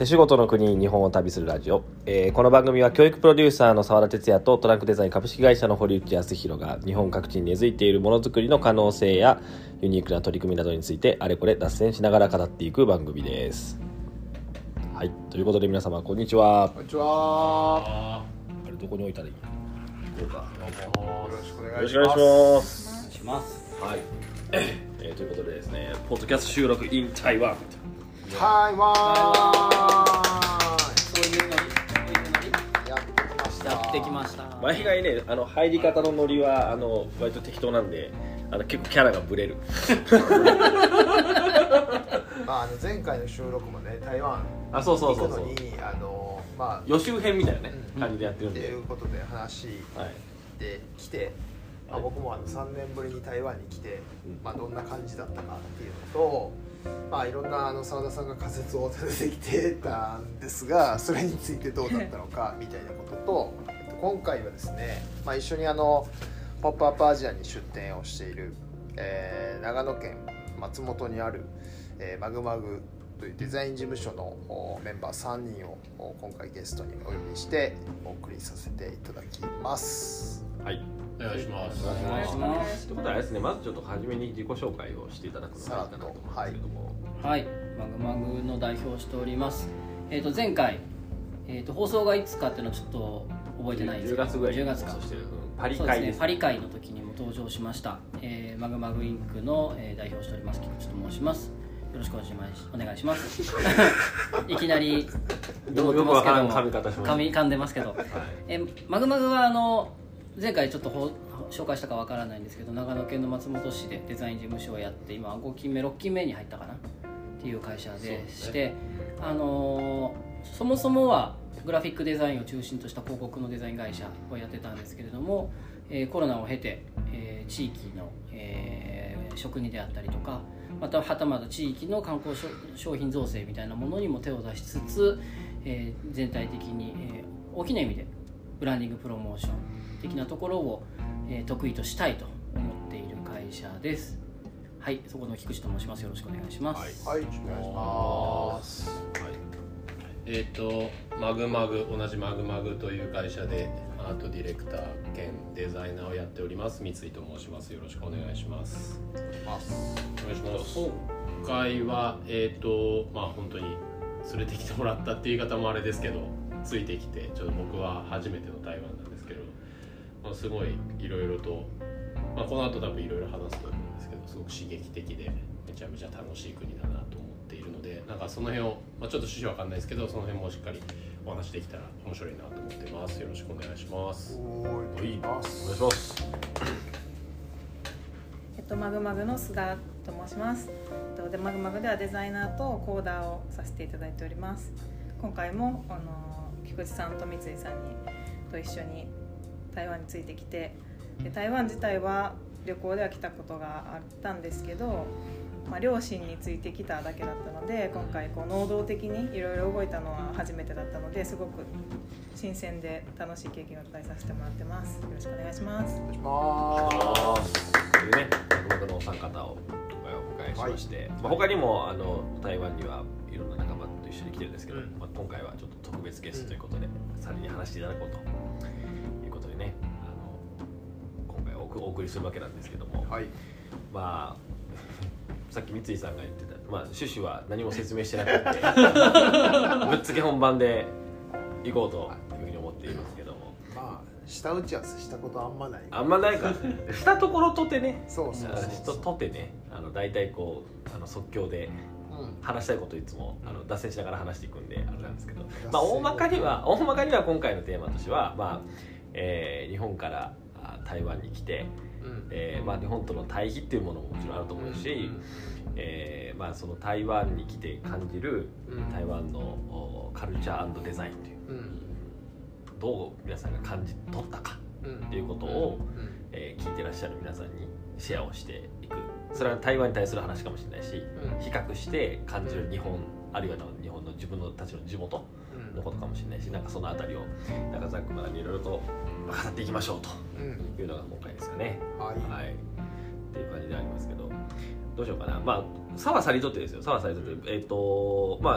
手仕事の国日本を旅するラジオ、この番組は教育プロデューサーの澤田哲也とトランクデザイン株式会社の堀内康弘が日本各地に根付いているものづくりの可能性やユニークな取り組みなどについてあれこれ脱線しながら語っていく番組です。はい、ということで皆様こんにちは。 こんにちは。 あれどこに置いたらいい？どうか。 よろしくお願いしよろしくお願ます。 いします。はい。ということでですね、ポッドキャスト収録 in 台湾。 台湾。 そういうノリやってきました。 毎回ね、入り方のノリは割と適当なんで、結構キャラがブレる。 前回の収録もね、台湾そう行くのに予習編みたいなね、感じでやってるんで。 っていうことで話で来て、僕も3年ぶりに台湾に来て、どんな感じだったかっていうのと。いろんな澤田さんが仮説を立ててきてたんですが、それについてどうだったのかみたいなことと、今回はですね、一緒にポップアップアジアに出店をしている、長野県松本にある、マグマグというデザイン事務所のメンバー3人を今回ゲストにお呼びしてお送りさせていただきます。 はい、 お願いします。 お願いします。 ということはあれですね、まずちょっと初めに自己紹介をしていただくのがいいかなと思うんですけども、 はい、マグマグの代表をしております。前回、放送がいつかっていうのはちょっと覚えてないんですけど、 10月ぐらいに 10月か。 パリ会ですね。 パリ会の時にも登場しました。マグマグインクの代表をしております菊池と申します。よろしくお願いします。いきなりどうも噛んでますけど、マグマグは前回ちょっと紹介したかわからないんですけど、長野県の松本市でデザイン事務所をやって、今5期目6期目に入ったかなっていう会社でして、そもそもはグラフィックデザインを中心とした広告のデザイン会社をやってたんですけれども、コロナを経て、地域の、食にであったりとか、またはたまた地域の観光商品造成みたいなものにも手を出しつつ、全体的に、大きな意味でブランディングプロモーション的なところを、得意としたいと思っている会社です。はい、そこの菊池と申します。よろしくお願いします。 はい、お願いします。 マグマグ、同じマグマグという会社でアートディレクター兼デザイナーをやっております三井と申します。よろしくお願いします。お願いします。今回は本当に連れてきてもらったっていう言い方もあれですけど、ついてきてちょっと僕は初めての台湾なんですけど、すごいいろいろと、この後多分いろいろ話すと思うんですけど、すごく刺激的でめちゃめちゃ楽しい国だなと思っているので、なんかその辺を、ちょっと趣旨わかんないですけど、その辺もしっかりお話できたら面白いなと思ってます。よろしくお願いします。 お願いします。 マグマグの須田と申します。でマグマグではデザイナーとコーダーをさせていただいております。今回も菊池さんと三井さんと一緒に台湾についてきて、で台湾自体は旅行では来たことがあったんですけど、両親についてきただけだったので、今回能動的にいろいろ動いたのは初めてだったので、すごく新鮮で楽しい経験をいっぱいさせてもらってます。よろしくお願いします。 お願いします。 というね、マグマグのお三方をお迎えしまして、他にも台湾にはいろんな仲間と一緒に来てるんですけど、今回はちょっと特別ゲストということで、3人に話していただこうということでね、今回お送りするわけなんですけども、さっき三井さんが言ってた、趣旨は何も説明してなくてぶっつけ本番で行こうというふうに思っていますけども、 下打ち合わせしたことあんまないからね。したところとてね、 そうとてね、大体即興で話したいこといつも脱線しながら話していくんであれなんですけど、大まかには今回のテーマとしては、日本から台湾に来て、日本との対比っていうものももちろんあると思うし、その台湾に来て感じる台湾のカルチャー&デザインという、どう皆さんが感じ取ったかっていうことを、聞いてらっしゃる皆さんにシェアをしていく。それは台湾に対する話かもしれないし、比較して感じる日本、あるいは日本の自分たちの地元のことかもしれないし、なんかそのあたりをざっくばらんにいろいろと語っていきましょうというのが今回ですかね。っていう感じでありますけど、どうしようかな。さはさりとってですよ。さはさりとって、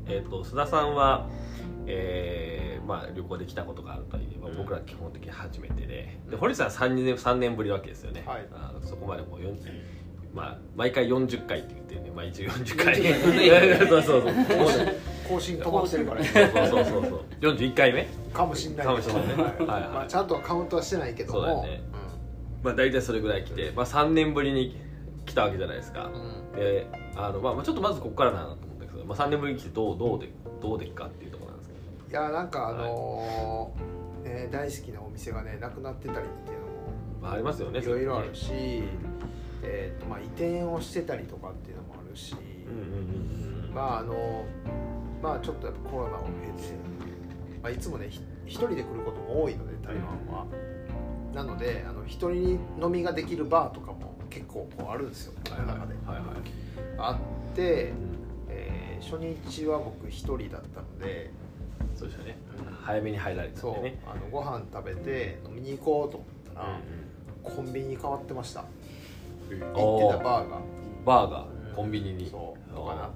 須田さんは、まあ、旅行で来たことがあるといえば、僕ら基本的に初めてで、堀内さんは3年ぶりわけですよね、はい、そこまでもうまあ、毎回40回って言ってるね、まあ、一応40回そうそうそう更新止まってるからねそう41回目かもしんないけどね、まあ、ちゃんとはカウントはしてないけども、そうだね、 まあ、大体それぐらい来て、まあ、3年ぶりに来たわけじゃないですか、でまあ、ちょっとまずここからなと思ったけど、まあ、3年ぶりに来てどうでっかっていうところなんですけど、 いやなんか大好きなお店がねなくなってたりっていうのも、 まあ、ありますよね、 いろいろあるし、まあ、移転をしてたりとかっていうのもあるし、まあちょっとやっぱコロナを経て、まあ、いつもね一人で来ることも多いので台湾は、なので一人飲みができるバーとかも結構こうあるんですよ、この中で、あって、初日は僕一人だったので、 そうですよね、早めに入られたんでね、 ご飯食べて飲みに行こうと思ったら、コンビニに変わってました。行ってたバーがコンビニにそうとかなって、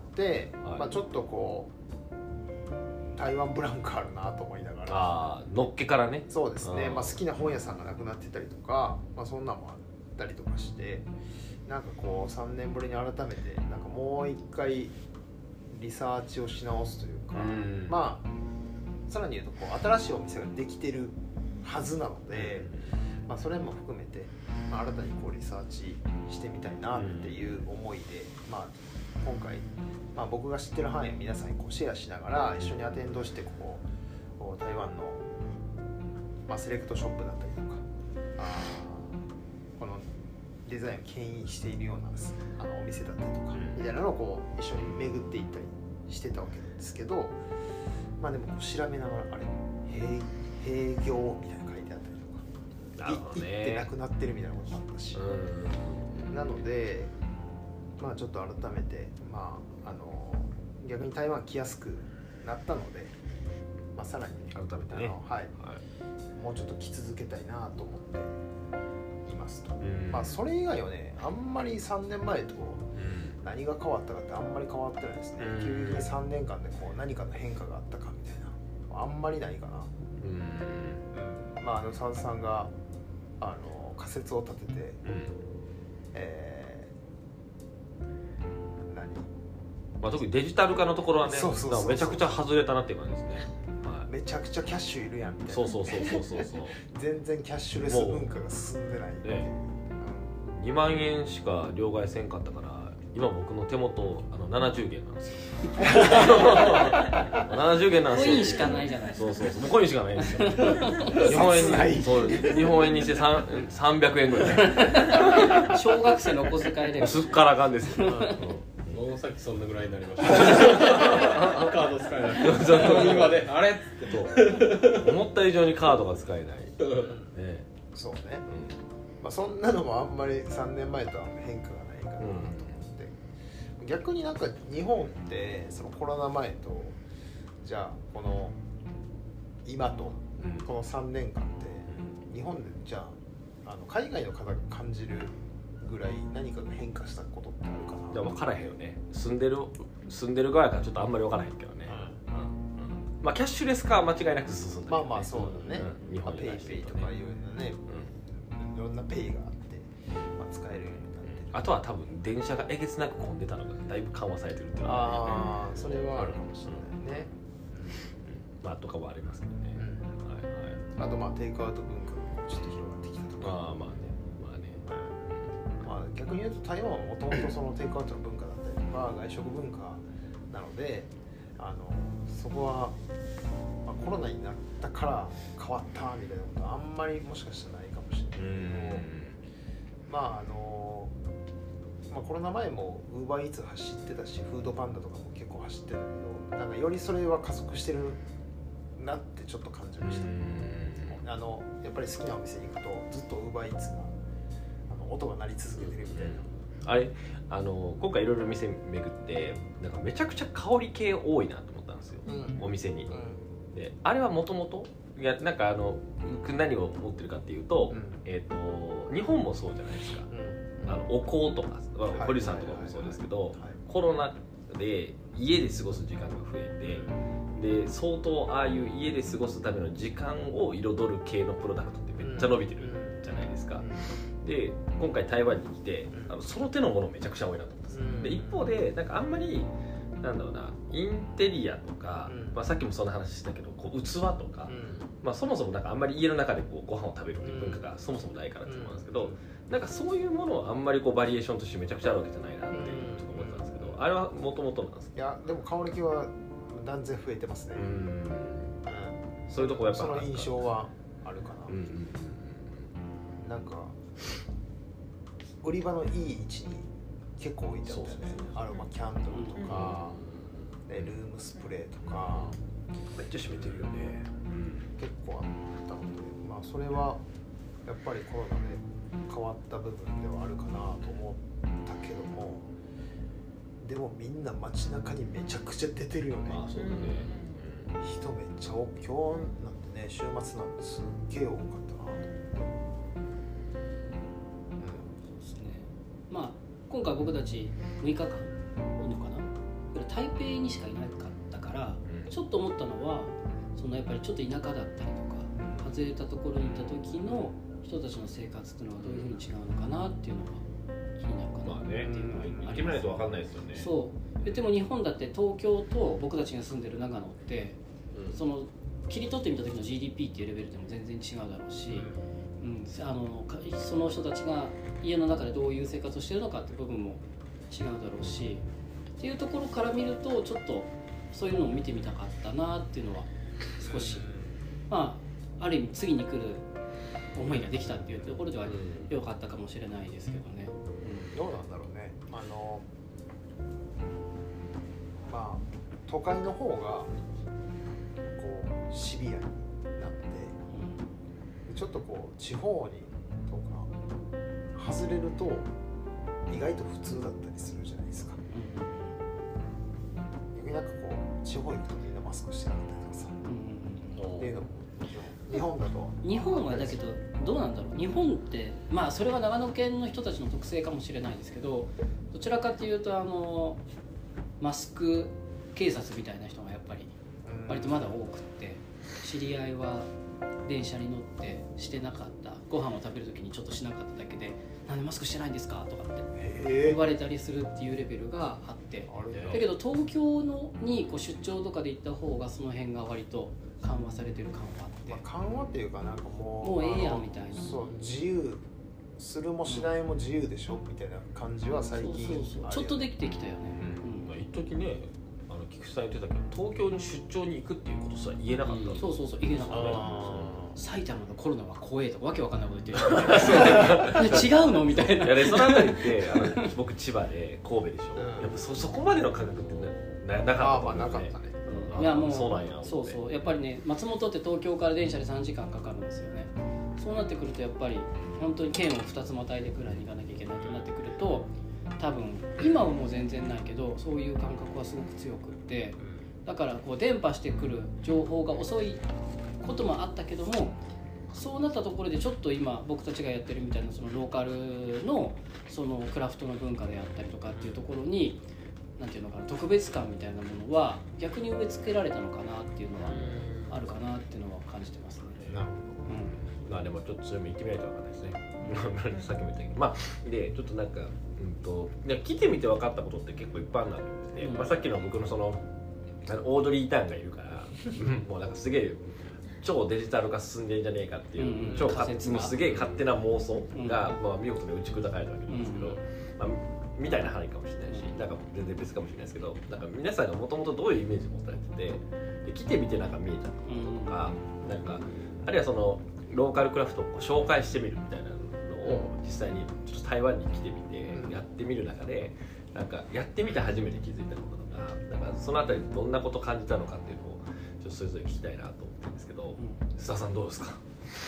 まあ、ちょっとこう台湾ブランクあるなと思いながら、 のっけからね、 そうですね、まあ、好きな本屋さんがなくなってたりとか、まあ、そんなのもあったりとかして、なんかこう3年ぶりに改めてなんかもう一回リサーチをし直すというか、まあさらに言うとこう新しいお店ができてるはずなので、まあ、それも含めて、まあ、新たにこうリサーチしてみたいなっていう思いで、まあ、今回、まあ、僕が知ってる範囲を皆さんにこうシェアしながら一緒にアテンドしてこう台湾の、まあ、セレクトショップだったりとか、このデザインを牽引しているようなお店だったりとかみたいなのをこう一緒に巡っていったりしてたわけなんですけど、まあでもこう調べながらあれ閉業みたいな行ってなくなってるみたいなこともあったし、なのでまあちょっと改めて、まあ逆に台湾来やすくなったので、まあ、さらに改めてね、 もうちょっと来続けたいなと思っていますと、まあそれ以外はねあんまり3年前と何が変わったかってあんまり変わってないですね。急激に3年間でこう何かの変化があったかみたいなあんまりないかな。まあ澤田さんが仮説を立てて、 まあ、特にデジタル化のところはね、めちゃくちゃ外れたなっていう感じですね、 めちゃくちゃキャッシュいるやんみたいな、 そう全然キャッシュレス文化が進んでない、 2万円しか両替せんかったから、今僕の手元70元なんですよ70元なんですよ。 コインしかないじゃないですか。 そうもうコインしかないんですよ日本円にして300円ぐらい小学生のお小遣いですっからかんですよ僕もさっきそんなぐらいになりましたカード使えない今であれって思った以上にカードが使えない、 そうね、まあ、そんなのもあんまり3年前とは変化がないかなと思って、逆になんか日本ってそのコロナ前とじゃあこの今とこの3年間って日本でじゃあ海外の方が感じるぐらい何かが変化したことってあるかな。 いや分からへんよね。住んでる側やからちょっとあんまり分からへんけどね、まあキャッシュレス化は間違いなく進んだ、ね、 まあそうだね、 日本でペイペイとかいうのね、いろんなペイがあって、まあ、使えるようになってる。 あとは多分電車がえげつなく混んでたのがだいぶ緩和されてるっていうのは、 それはあるかもしれないね、 まあとかはありますけどね、 あとまあテイクアウト文化がちょっと広がってきたとか、逆に言うと台湾はもともとそのテイクアウトの文化だったりとか外食文化なので、そこは、まあ、コロナになったから変わったみたいなことはあんまりもしかしたらないかもしれないけど、まあコロナ前も UberEats 走ってたしフードパンダとかも結構走ってたけど、なんかよりそれは加速してるなってちょっと感じました。やっぱり好きなお店に行くとずっと UberEats が音が鳴り続けてるみたいな。 あれ今回いろいろ店巡ってなんかめちゃくちゃ香り系多いなと思ったんですよ、お店に、であれはもともとなんか何を持ってるかっていうと、日本もそうじゃないですか、お香とか堀さんとかもそうですけど、コロナで家で過ごす時間が増えて、で相当ああいう家で過ごすための時間を彩る系のプロダクトってめっちゃ伸びてるじゃないですか。で今回台湾に来てその手のものめちゃくちゃ多いなと思うんです。で一方でなんかあんまりなんだろうな、インテリアとか、さっきもそんな話したけどこう器とか、そもそもなんかあんまり家の中でこうご飯を食べるっていう文化がそもそもないからって思うんですけど、なんかそういうものはあんまりこうバリエーションとしてめちゃくちゃあるわけじゃないなってちょっと思ってたんですけど、あれはもともとなんですか？ いやでも香りは断然増えてますね。 そういうとこやっぱその印象はあるかな。なんか売り場のいい位置に結構置いてあったよね。アロマキャンドルとか、ルームスプレーとかめっちゃ閉めてるよね。 結構あったので、それはやっぱりコロナで変わった部分ではあるかなと思ったけども、でもみんな街中にめちゃくちゃ出てるよね。 そうだね。 人めっちゃ多く、今日なんてね、週末なんてすっげえ多かったなと思って。 そうですね。今回僕たち6日間いいのかな、台北にしかいなかったから、ちょっと思ったのはそのやっぱりちょっと田舎だったりとか外れたところにいた時の人たちの生活っていうのはどういうふうに違うのかなっていうのが気になるかなっていうのは行ってみないと分かんないですよね。 そうでも日本だって東京と僕たちが住んでる長野って、その切り取ってみた時の GDP っていうレベルでも全然違うだろうし、その人たちが家の中でどういう生活をしているのかって部分も違うだろうしっていうところから見ると、ちょっとそういうのを見てみたかったなっていうのは少し、ある意味次に来る思いができたっていうところでは良かったかもしれないですけどね。 どうなんだろうね。都会の方がこうシビアになって、ちょっとこう地方にとか外れると意外と普通だったりするじゃないですか。逆になんかこう地方行くとみんなマスクしてなかったりとかさ、っていうのも日本だと。 日本はだけどどうなんだろう。日本ってそれは長野県の人たちの特性かもしれないですけど、どちらかというとマスク警察みたいな人がやっぱり割とまだ多くって、知り合いは電車に乗ってしてなかった、ご飯を食べる時にちょっとしなかっただけでなんでマスクしてないんですかとかって言われたりするっていうレベルがあって、だけど東京にこう出張とかで行った方がその辺が割と緩和されてる感はあって、 緩和っていうかなんかもうええやんみたいな、 そう自由するもしないも自由でしょみたいな感じは最近そうちょっとできてきたよね。 一時ね、菊池さん言ってたけど東京に出張に行くっていうことさ言えなかった。 そう言えなかった。埼玉のコロナは怖えとかわけわかんないこと言ってる違うのみたいな。 いやね、そのあたりって僕千葉で神戸でしょ、やっぱそこまでの感覚ってなかったと思うね。 なかったね。 いやもうそうなんや。 そうやっぱりね、松本って東京から電車で3時間かかるんですよね。そうなってくるとやっぱり本当に県を2つまたいでくらいに行かなきゃいけないとなってくると、多分今はもう全然ないけどそういう感覚はすごく強くって、だからこう伝播してくる情報が遅いこともあったけども、そうなったところでちょっと今僕たちがやってるみたいなそのローカルのそのクラフトの文化であったりとかっていうところになんていうのかな、特別感みたいなものは逆に植え付けられたのかなっていうのはあるかなっていうのは感じてますね。 なるほど。 でもちょっとそれも行ってみないと分かんないですね。さっきも言ったけど、でちょっとなんか来てみて分かったことって結構いっぱいあるなと思うんですね。さっきの僕のそのオードリー・ターンがいるからもうなんかすげえ超デジタル化進んでんじゃねえかっていう、すげえ勝手な妄想が、見事に打ち砕かれたわけなんですけど、みたいな範囲かもしれないし、なんか全然別かもしれないですけど、なんか皆さんがもともとどういうイメージを持たれてて、で来てみてなんか見えたこととか、なんかあるいはそのローカルクラフトを紹介してみるみたいなのを実際にちょっと台湾に来てみてやってみる中で、なんかやってみて初めて気づいたこととか、なんかそのあたりどんなことを感じたのかっていうのをちょっとそれぞれ聞きたいなと思ってるんですけど、須田さんどうですか？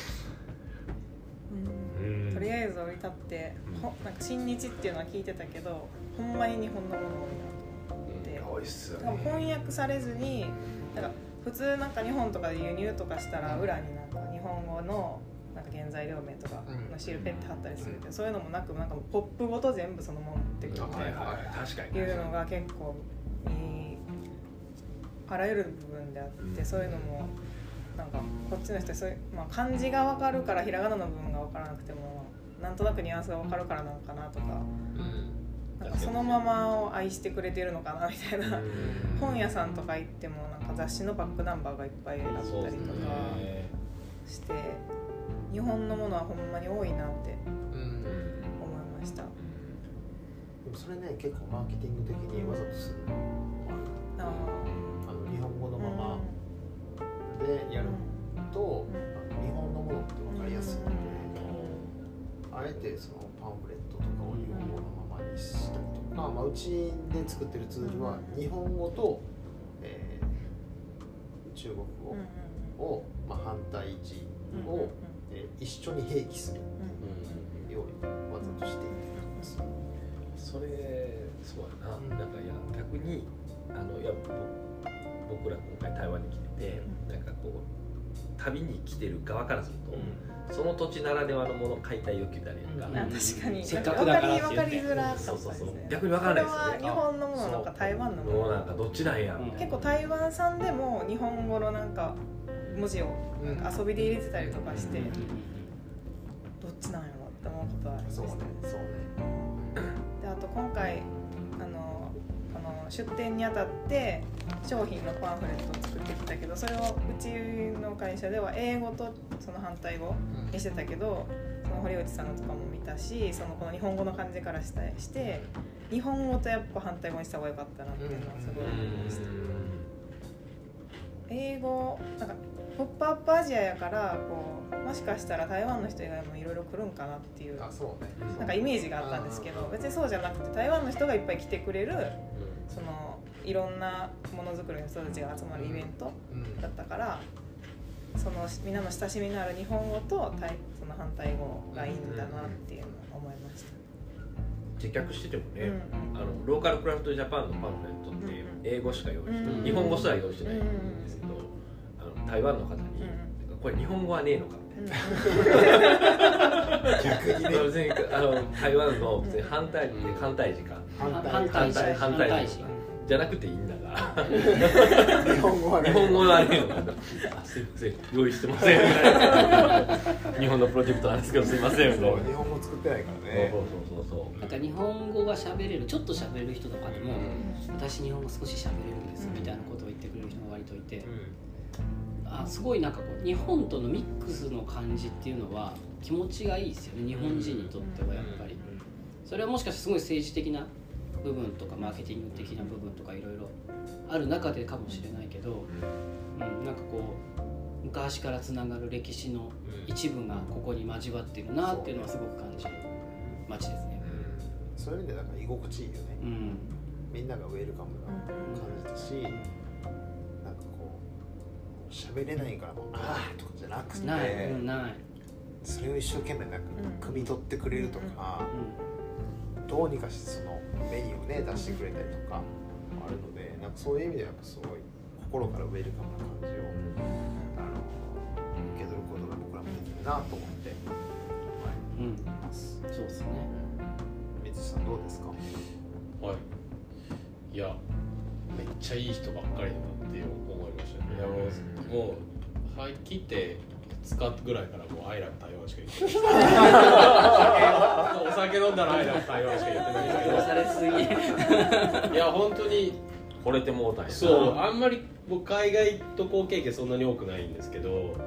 とりあえず降り立って、なんか親日っていうのは聞いてたけど、ほんまに日本のもの多いなと思って、 多いっすよね。 翻訳されずに、なんか普通なんか日本とかで輸入とかしたら裏になんか日本語のなんなんか原材料名とかのシールペンって貼ったりするけど、そういうのもなくなんかポップごと全部そのまま持ってくるっていうのが結構あらゆる部分であって、そういうのもなんかこっちの人そういう、漢字が分かるからひらがなの部分が分からなくてもなんとなくニュアンスが分かるからなのかなとか、なんかそのままを愛してくれてるのかなみたいな。本屋さんとか行ってもなんか雑誌のバックナンバーがいっぱいあったりとかして、日本のものはほんまに多いなって思いました。 でもそれね結構マーケティング的にわざとするのもある。日本語のままでやると、日本のものって分かりやすいので、あえてそのパンフレットとかを日本語のままにしたりとか、うちで作ってるツールは日本語と、中国語を、反対字を、一緒に併記するようにわざとしています。 それそうやな、なんかいや逆にいや僕ら今回台湾に来てて、なんかこう旅に来てる側からすると、その土地ならではのものを買いたい欲求ってあるやんか。 確かにせっかくだからって分かりづらかったですね。 そう逆に分からないですよね。 これは日本のものなんか台湾のものなんかどっちなんや、 結構台湾産でも日本語のなんか文字を遊びで入れてたりとかして、どっちなんやろって思うことはありました。そうね。であと今回出店にあたって商品のパンフレットを作ってきたけど、それをうちの会社では英語とその反対語にしてたけど、その堀内さんのとかも見たし、この日本語の漢字からして日本語とやっぱ反対語にした方が良かったなっていうのはすごい思いました。英語なんかポップアップアジアやからもしかしたら台湾の人以外もいろいろ来るんかなっていうなんかイメージがあったんですけど、別にそうじゃなくて台湾の人がいっぱい来てくれるそのいろんなものづくりの人たちが集まるイベントだったから、そのみんなの親しみのある日本語とその反対語がいいんだなっていうのを思いました。 接客しててもね、ローカルクラフトジャパンのパンフレットって英語しか用意してない、日本語すら用意してないんですけど、台湾の方に、これ日本語はねえのかみたいな逆にね台湾の別に反対字か反対字じゃなくていいんだが日本語はねえのかすいません用意してません日本のプロジェクトなんですけどすいませんみたいな。 日本語作ってないからね。 そうなんか日本語が喋れるちょっと喋れる人とかでも、私日本語少し喋れるんですみたいなことを言ってくれる人が割といて、すごいなんかこう日本とのミックスの感じっていうのは気持ちがいいですよね、日本人にとってはやっぱり。それはもしかしてすごい政治的な部分とかマーケティング的な部分とかいろいろある中でかもしれないけど、なんかこう昔からつながる歴史の一部がここに交わってるなっていうのはすごく感じる街ですね。 そういう意味でなんか居心地いいよね、みんながウェルカムな感じだし、なんかこう喋れないからもうとかじゃなくて、 ないそれを一生懸命なんか汲み取ってくれるとか、どうにかしてそのメニューをね出してくれたりとかあるので、なんかそういう意味ではやっぱすごい心からウェルカムな感じを受け取ることが僕らもできるなと思っています。 そうですね。 水さんどうですか？ はい。いやめっちゃいい人ばっかりだなって思いましたね。いやもうはい来て2日ぐらいからもうアイラブ台湾しか言ってないお酒飲んだらアイラブ台湾しか言ってないけどされすぎいや本当に惚れてもうたんやな。 そうあんまり僕海外渡航経験そんなに多くないんですけど、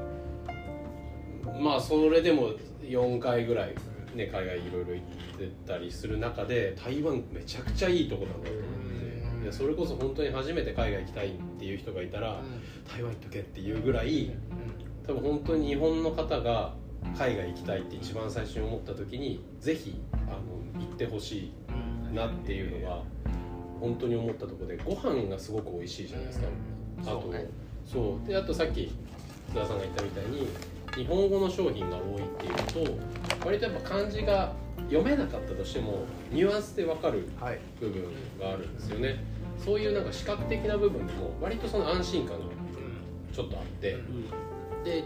それでも4回ぐらいね海外いろいろ行ってたりする中で台湾めちゃくちゃいいとこなんだと思って、いやそれこそ本当に初めて海外行きたいっていう人がいたら、台湾行っとけっていうぐらい、多分本当に日本の方が海外行きたいって一番最初に思った時にぜひ行ってほしいなっていうのが本当に思ったところで、ご飯がすごく美味しいじゃないですか。であとさっき津田さんが言ったみたいに日本語の商品が多いっていうと、割とやっぱ漢字が読めなかったとしてもニュアンスで分かる部分があるんですよね。そういうなんか視覚的な部分でも割とその安心感がちょっとあって、で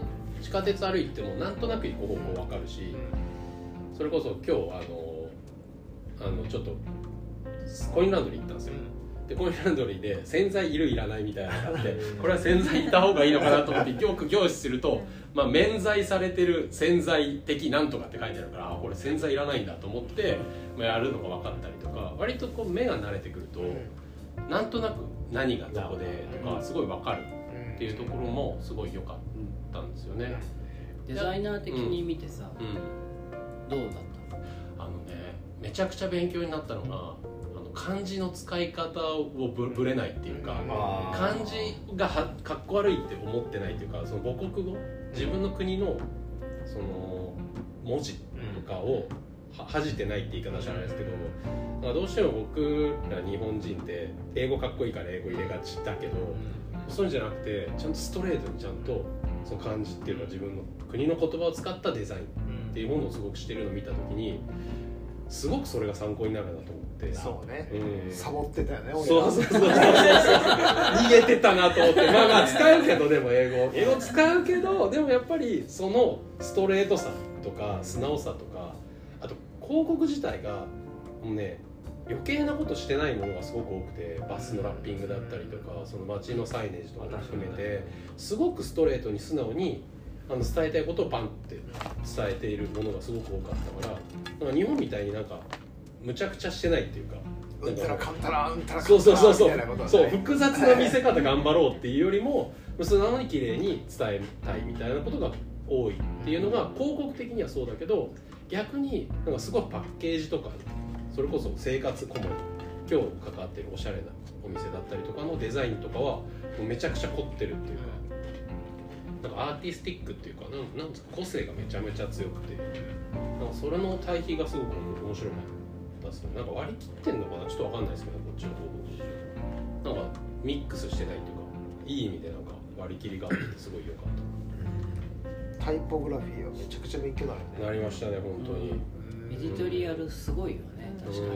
地下鉄歩いてもなんとなく行く方向分かるし、それこそ今日ちょっとコインランドリー行ったんですよ。でコインランドリーで洗剤いるいらないみたいなのがあってこれは洗剤いた方がいいのかなと思ってよく凝視すると、まあ、免罪されてる洗剤的なんとかって書いてあるからこれ洗剤いらないんだと思って、まあ、やるのが分かったりとか割とこう目が慣れてくるとなんとなく何がどこでとかすごい分かるっていうところもすごい良かったんですよね。 デザイナー的に見てさ、どうだった？ めちゃくちゃ勉強になったのが漢字の使い方をぶれないっていうか、漢字がかっこ悪いって思ってないっていうか、その母国語自分の国のその文字とかを恥じてないって言い方じゃないですけど、どうしても僕ら日本人って英語かっこいいから英語入れがちだけど、そういうんじゃなくてちゃんとストレートにちゃんとその漢字っていうのは自分の国の言葉を使ったデザインっていうものをすごくしてるのを見た時にすごくそれが参考になるなと思って。 そうね、サボってたよね俺そう逃げてたなと思ってまあ使うけどでも英語使うけどでもやっぱりそのストレートさとか素直さとかあと広告自体がもうね余計なことしてないものがすごく多くてバスのラッピングだったりとかその街のサイネージとかも含めてすごくストレートに素直に伝えたいことをバンって伝えているものがすごく多かったから日本みたいになんかむちゃくちゃしてないっていうかうんたらかんたらうんたらかんたらそうそう複雑な見せ方頑張ろうっていうよりも素直に綺麗に伝えたいみたいなことが多いっていうのが広告的にはそうだけど逆になんかすごいパッケージとかそれこそ生活小物今日関わってるおしゃれなお店だったりとかのデザインとかはもうめちゃくちゃ凝ってるっていうかなんかアーティスティックっていうかなんですか個性がめちゃめちゃ強くてなんかそれの対比がすごく面白かったですね。なんか割り切ってんのかなちょっとわかんないですけどこっちの広告事情なんかミックスしてないっていうかいい意味でなんか割り切りがあってすごい良かった。 タイポグラフィーはめちゃくちゃ勉強になるね。 なりましたね本当に。 エディトリアルすごいよね確かにね。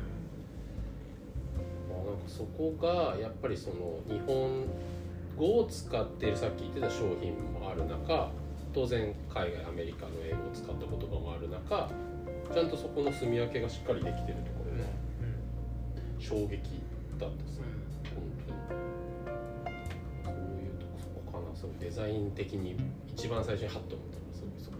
まあなんかそこがやっぱりその日本語を使っているさっき言ってた商品もある中当然海外アメリカの英語を使った言葉もある中ちゃんとそこの住み分けがしっかりできてるところが衝撃だったですね、本当にそういうとこそこかなそうデザイン的に一番最初にハッと思ったのはそこ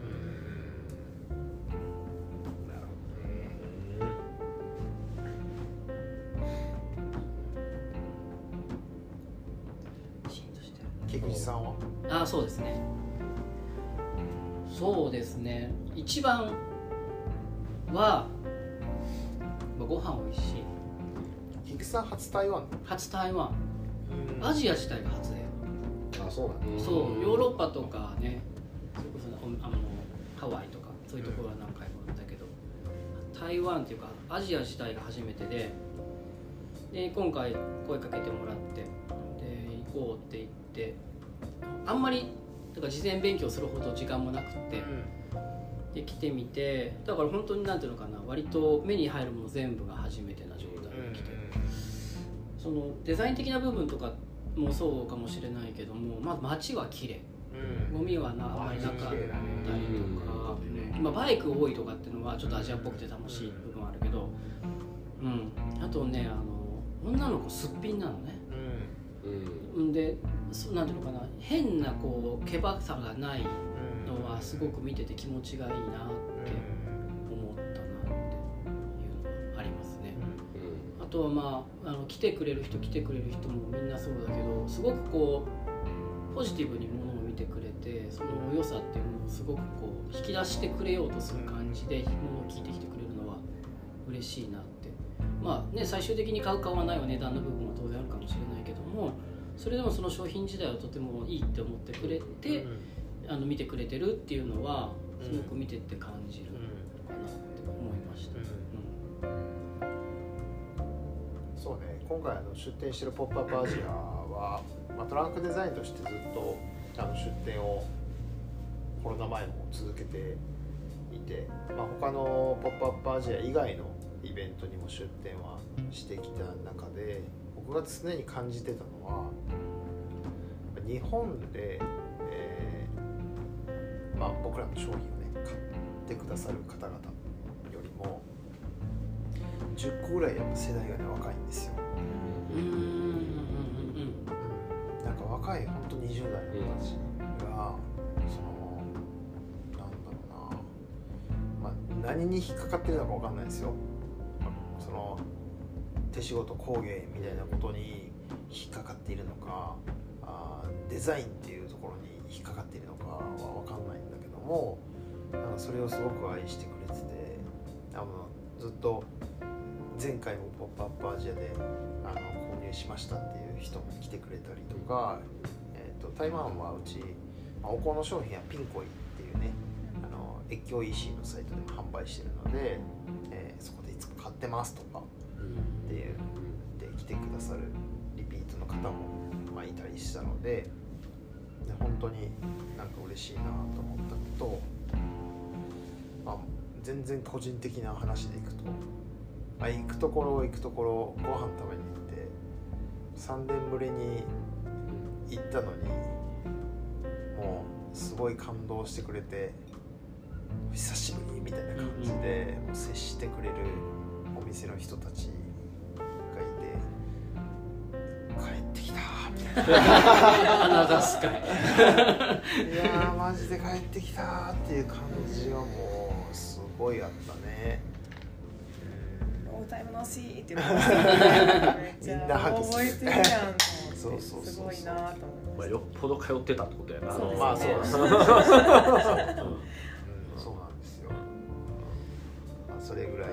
菊池さんはそうですね一番はご飯おいしい。 菊池さん初台湾アジア自体が初だよ。 そうなんだ。 そうヨーロッパとかねそれこそハワイとかそういうところは何回もあるんだけど、台湾っていうかアジア自体が初めてで今回声かけてもらってで行こうって言ってあんまりだから事前勉強するほど時間もなくって、で来てみてだから本当になんていうのかな割と目に入るもの全部が初めてな状態で来て、そのデザイン的な部分とかもそうかもしれないけども、まあ、街は綺麗、ゴミはあんまりなかったりとか、バイク多いとかっていうのはちょっとアジアっぽくて楽しい部分はあるけど、あとね女の子すっぴんなのね、でなんていうのかな変なこうけばさがないのはすごく見てて気持ちがいいなって思ったなっていうのはありますね。あとは来てくれる人もみんなそうだけどすごくこうポジティブにものを見てくれてその良さっていうものをすごくこう引き出してくれようとする感じでものを聞いてきてくれるのは嬉しいなって。最終的に買う買わないは値段の部分は当然あるかもしれないけどもそれでもその商品自体はとてもいいって思ってくれて、見てくれてるっていうのはすごく見てって感じるかなって思いました、 そうね今回出店してるポップアップアジアは、トランクデザインとしてずっと出店をコロナ前も続けていて、他のポップアップアジア以外のイベントにも出店はしてきた中で僕が常に感じてたのは日本で、 僕らの商品をね買ってくださる方々よりも10個ぐらいやっぱ世代がね若いんですよ。なんか若い本当20代の子たちが何に引っかかってるのか分かんないですよ。その手仕事工芸みたいなことに引っかかっているのか、デザインっていうところに引っかかっているのかは分かんないんだけども、なんかそれをすごく愛してくれてて、ずっと前回もポップアップアジアで購入しましたっていう人も来てくれたりとか、台湾はうちお香の商品はピンコイっていうね越境 EC のサイトでも販売してるので、そこでいつも買ってますとかっていうで来てくださるリピートの方もいたりしたので、本当になんか嬉しいなと思ったのと、全然個人的な話でいくと、行くところご飯食べに行って3年ぶりに行ったのにもうすごい感動してくれて、久しぶりみたいな感じでもう接してくれるお店の人たちがいて、帰ってきたみたいな確かにいやマジで帰ってきたっていう感じはもうすごいあったね。 ロータイムのシーって言ってましたね。みんな覚えてるやん。 そうすごいなと思って。 よっぽど通ってたってことやな。 そうですね。 まあそうですね。そうなんですよ。それぐらい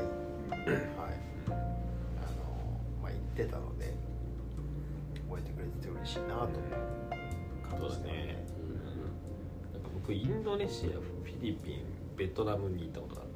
行ってたので覚えてくれてて嬉しいなと思う感じですね。 なんか僕インドネシア、フィリピン、ベトナムに行ったことがあって、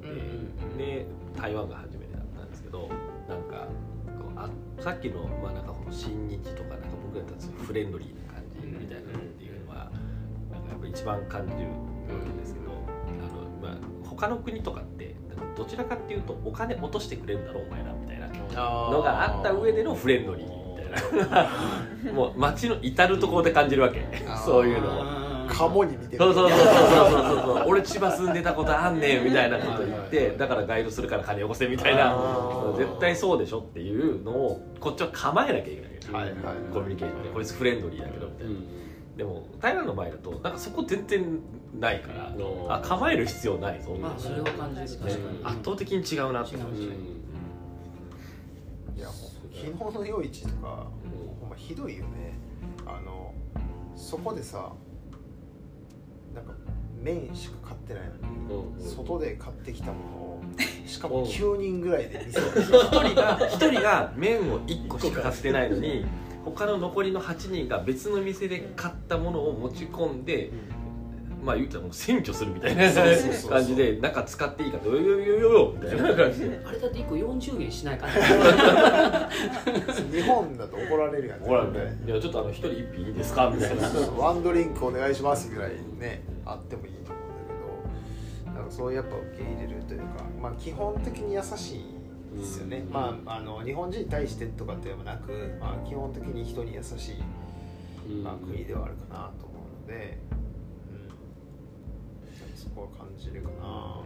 で台湾が初めてだったんですけど、なんかさっきのなんかこの親日とかなんか僕らたちフレンドリーな感じみたいなのっていうのはなんかやっぱ一番感じるわけですけど、他の国とかってどちらかっていうとお金落としてくれるんだろうお前らみたいなのがあった上でのフレンドリーみたいなもう街の至る所で感じるわけそういうのを。 カモに見てる。 そう俺千葉住んでたことあんねんみたいなこと言ってだからガイドするから金よこせみたいな絶対そうでしょっていうのをこっちは構えなきゃいけないコミュニケーションでこいつフレンドリーだけどみたいな。でも台湾の場合だとなんかそこ全然ないから構える必要ないぞ。 それは感じる。確かに圧倒的に違うなって思う。 いや昨日の夜市とかほんまひどいよね。そこでさなんか麺しか買ってないのに、外で買ってきたものをしかも9人ぐらいで店を 1人が麺を1個しか買ってないのに他の残りの8人が別の店で買ったものを持ち込んで、言うたらもう占拠するみたいな感じで中使っていいかとよみたいな感じであれだって1個40円しないから日本だと怒られるやんね。 いやちょっと1人1品いいですかみたいなワンドリンクお願いしますぐらいねあってもいいと思うんだけど、なんかそうやっぱ受け入れるというか、基本的に優しいですよね。日本人に対してとかっていうのもなく、基本的に人に優しい、国ではあるかなと思うので、そこは感じるかな。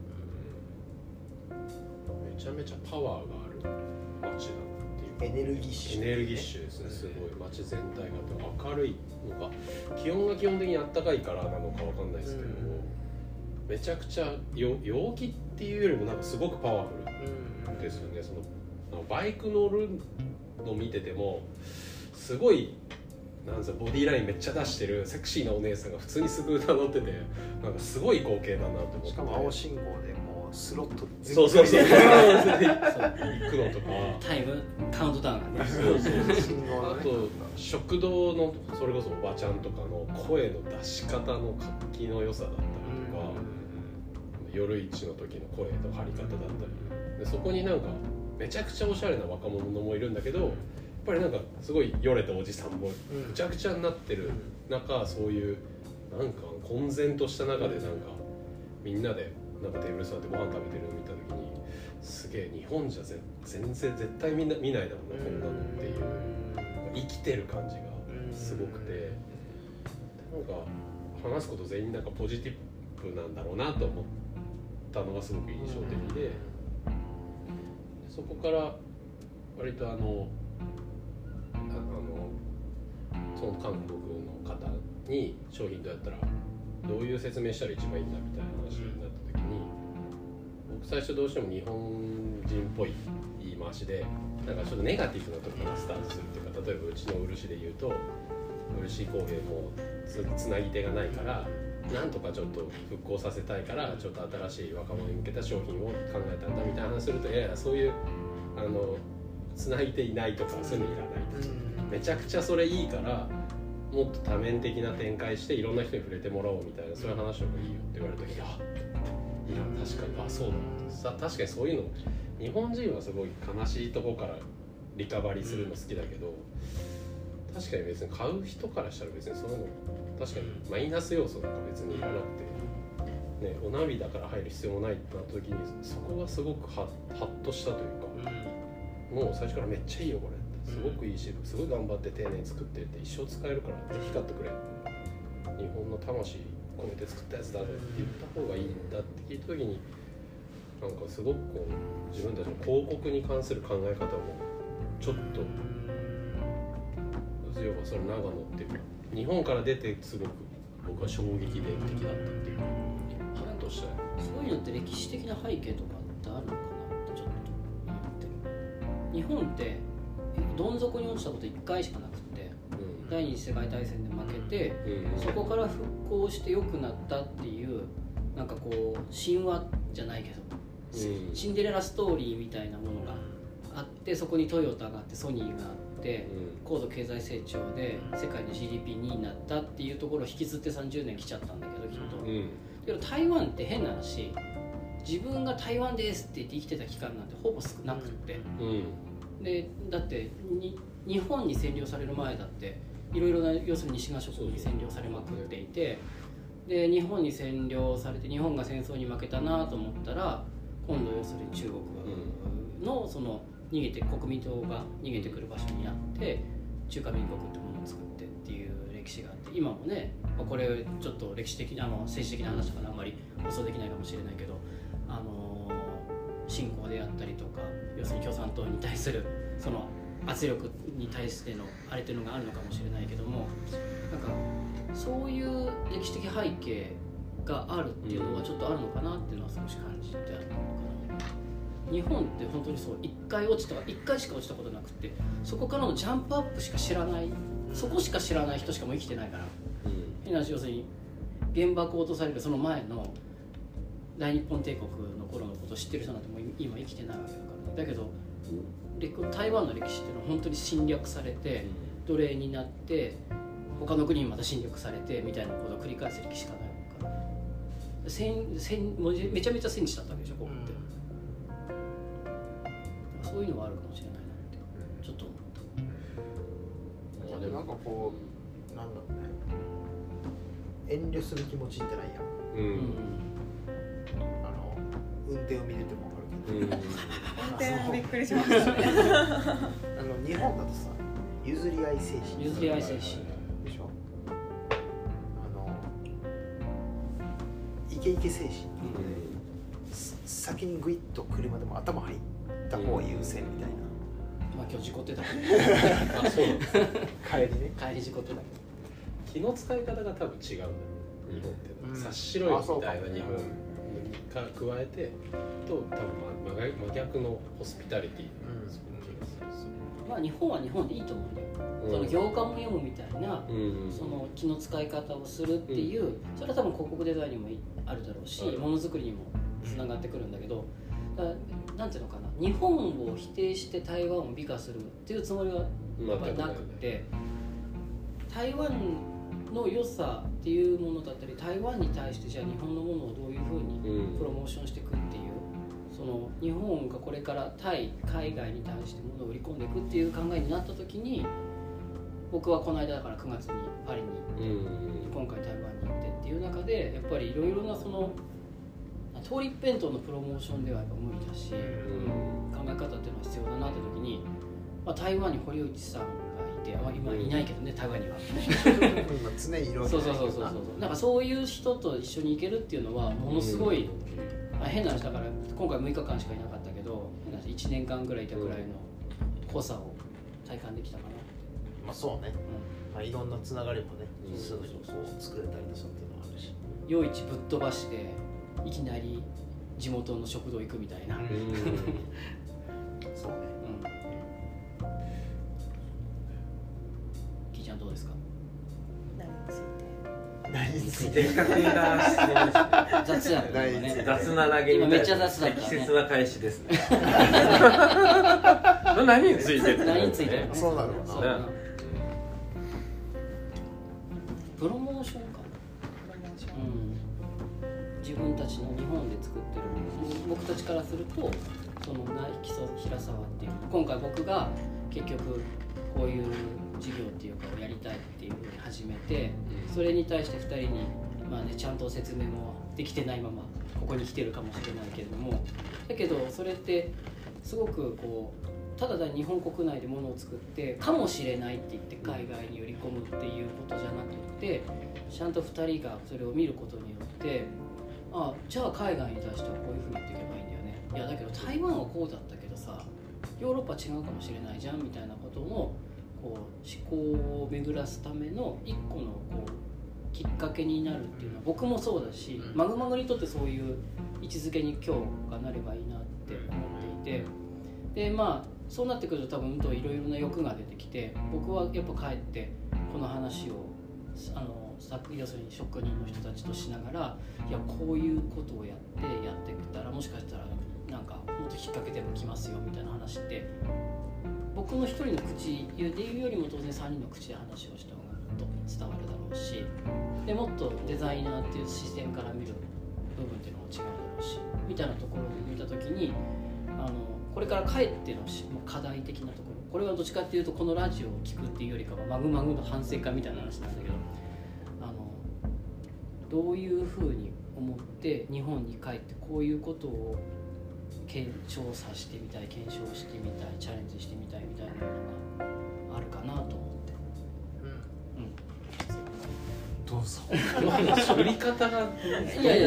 めちゃめちゃパワーがある街だなっていう。 エネルギッシュですね。すごい街全体が明るいのか気温が基本的に暖かいからなのかわかんないですけど、めちゃくちゃ陽気っていうよりもなんかすごくパワフルですよね。そのバイク乗るの見ててもすごいなんせボディーラインめっちゃ出してるセクシーなお姉さんが普通にスクーター乗っててなんかすごい光景だなと思って。 しかも青信号でもうスロットそう行くのとかタイムカウントダウンがねあと食堂のそれこそおばちゃんとかの声の出し方の活気の良さだったりとか、夜市の時の声の張り方だったりで、そこになんかめちゃくちゃおしゃれな若者もいるんだけど、やっぱりなんかすごいよれたおじさんもぐちゃぐちゃになってる中、そういうなんか混然とした中でなんかみんなでなんかテーブル座ってご飯食べてるのを見た時にすげえ日本じゃ全然絶対見ないだろうなこんなのっていう生きてる感じがすごくて、なんか話すこと全員なんかポジティプなんだろうなと思ったのがすごく印象的で、そこから割とその韓国の方に商品どうやったらどういう説明したら一番いいんだみたいな話になった時に、僕最初どうしても日本人っぽい言い回しでなんかちょっとネガティブなところからスタートするっていうか、例えばうちの漆で言うと漆工芸もつなぎ手がないからなんとかちょっと復興させたいからちょっと新しい若者に向けた商品を考えたんだみたいな話すると、いやいやそういうつなぎ手いないとかそういうのいらないと、めちゃくちゃそれいいからもっと多面的な展開していろんな人に触れてもらおうみたいな、そういう話の方がいいよって言われた時、いや確かにそうだな、確かにそういうの日本人はすごい悲しいとこからリカバリーするの好きだけど、確かに別に買う人からしたら別にそういうの確かにマイナス要素なんか別にいらなくて、ね、お涙から入る必要もないってなった時にそこがすごくハッとしたというか、もう最初からめっちゃいいよこれすごくいいし、すごい頑張って丁寧に作ってって一生使えるからぜひ買ってくれ、日本の魂込めて作ったやつだって言った方がいいんだって聞いた時に、なんかすごくこう自分たちの広告に関する考え方もちょっと要はそれ長野っていうか日本から出てすごく僕は衝撃的だったっていうか、ヒットしたよ。 そういうのって歴史的な背景とかってあるのかなってちょっと思ってる。日本ってどん底に落ちたこと1回しかなくて、第二次世界大戦で負けて、そこから復興して良くなったっていうなんかこう神話じゃないけど、シンデレラストーリーみたいなものがあって、そこにトヨタがあってソニーがあって、高度経済成長で世界の GDP2 位になったっていうところを引きずって30年来ちゃったんだけどきっと、けど台湾って変な話、自分が台湾ですって言って生きてた期間なんてほぼ少なくって、でだって日本に占領される前だっていろいろな要するに西側諸国に占領されまくっていて、で日本に占領されて日本が戦争に負けたなと思ったら今度要するに中国のその国民党が逃げてくる場所になって中華民国ってものを作ってっていう歴史があって、今もねこれちょっと歴史的な政治的な話だからあんまり放送できないかもしれないけど、信仰であったりとか要するに共産党に対するその圧力に対してのあれっていうのがあるのかもしれないけども、なんかそういう歴史的背景があるっていうのはちょっとあるのかなっていうのは少し感じてあるのかな。日本って本当にそう1回しか落ちたことなくて、そこからのジャンプアップしか知らない、そこしか知らない人しかもう生きてないから、変な話、要するに原爆を落とされるその前の大日本帝国の頃のことを知ってる人なんてもう今生きてないわけだから、だけど台湾の歴史っていうのは本当に侵略されて奴隷になって他の国にまた侵略されてみたいなことを繰り返す歴史しかないから、めちゃめちゃ戦地だったわけでしょここって、そういうのはあるかもしれないなってちょっと思った。 なんかこうなんだろうね、遠慮する気持ちってないやん、運転を見てても分かるけど、 運転もびっくりしましたね日本だとさ、譲り合い精神譲り合い精神でしょ、 イケイケ精神、先にグイッと車でも頭入った方が優先みたいな、 まあ今日事故ってたけどあ、そうなんです帰り事故ってたけど、 気の使い方が多分違うんだよ日本って、察しろよみたいな日本が加えてと多分真逆のホスピタリティ、 まあ日本は日本でいいと思うんだよ、その行間も読むみたいな、その気の使い方をするっていう、それは多分広告デザインにもあるだろうし、ものづくりにもつながってくるんだけど、なんていうのかな、日本を否定して台湾を美化するっていうつもりはやっぱりなくて、台湾の良さっていうものだったり、台湾に対してじゃあ日本のものをどういうふうにプロモーションしていくっていう、その日本がこれから海外に対して物を売り込んでいくっていう考えになった時に、僕はこの間だから9月にパリに行って、今回台湾に行ってっていう中で、やっぱりいろいろなその通り一辺倒のプロモーションではやっぱ無理だし、考え方っていうのは必要だなって時に、台湾に堀内さんがいて、 て、今いないけどね、台湾には今常にいるわけそうなんかそういう人と一緒に行けるっていうのはものすごい、変な話だから今回6日間しかいなかったけど1年間ぐらいいたぐらいの濃さを体感できたかな。 まあそうね、まあ、いろんなつながりもね、すぐにこう作れたりとかっていうのもあるし、 夜市ぶっ飛ばしていきなり地元の食堂行くみたいなそうね、 キーちゃんどうですか？ 何につい的確な質問です雑やね。 雑な投げ今めっちゃ雑だったね。 適切な返しですね。何についてる？ 何についてる？ そうなのかな。 プロモーションかな。自分たちの日本で作ってる僕たちからするとその木曽平沢っていう今回僕が結局こういう事業っていうかをやりたいっていうふうに始めて、それに対して2人に、ちゃんと説明もできてないままここに来てるかもしれないけれども、だけどそれってすごくこうただ日本国内で物を作ってかもしれないって言って海外に売り込むっていうことじゃなくて、ちゃんと2人がそれを見ることによってじゃあ海外に対してはこういうふうに言っていけばいいんだよね。いやだけど台湾はこうだったけどさヨーロッパ違うかもしれないじゃんみたいなことをこう思考を巡らすための一個のこうきっかけになるっていうのは僕もそうだし、マグマグにとってそういう位置づけに今日がなればいいなって思っていて、でそうなってくると多分いろいろな欲が出てきて、僕はやっぱ帰ってこの話を要するに職人の人たちとしながら、いやこういうことをやってきたらもしかしたらなんかもっときっかけでも来ますよみたいな話って僕の一人の口で言うよりも当然3人の口で話をした方がもっと伝わるだろうし、でもっとデザイナーっていう視点から見る部分っていうのも違うだろうしみたいなところを見た時にこれから帰っての課題的なところ、これはどっちかっていうとこのラジオを聞くっていうよりかはマグマグの反省会みたいな話なんだけど、どういうふうに思って日本に帰ってこういうことを調査してみたい、検証してみたい、チャレンジしてみたいみたいなのがあるかなと思って、 どうぞ。 作り方がいや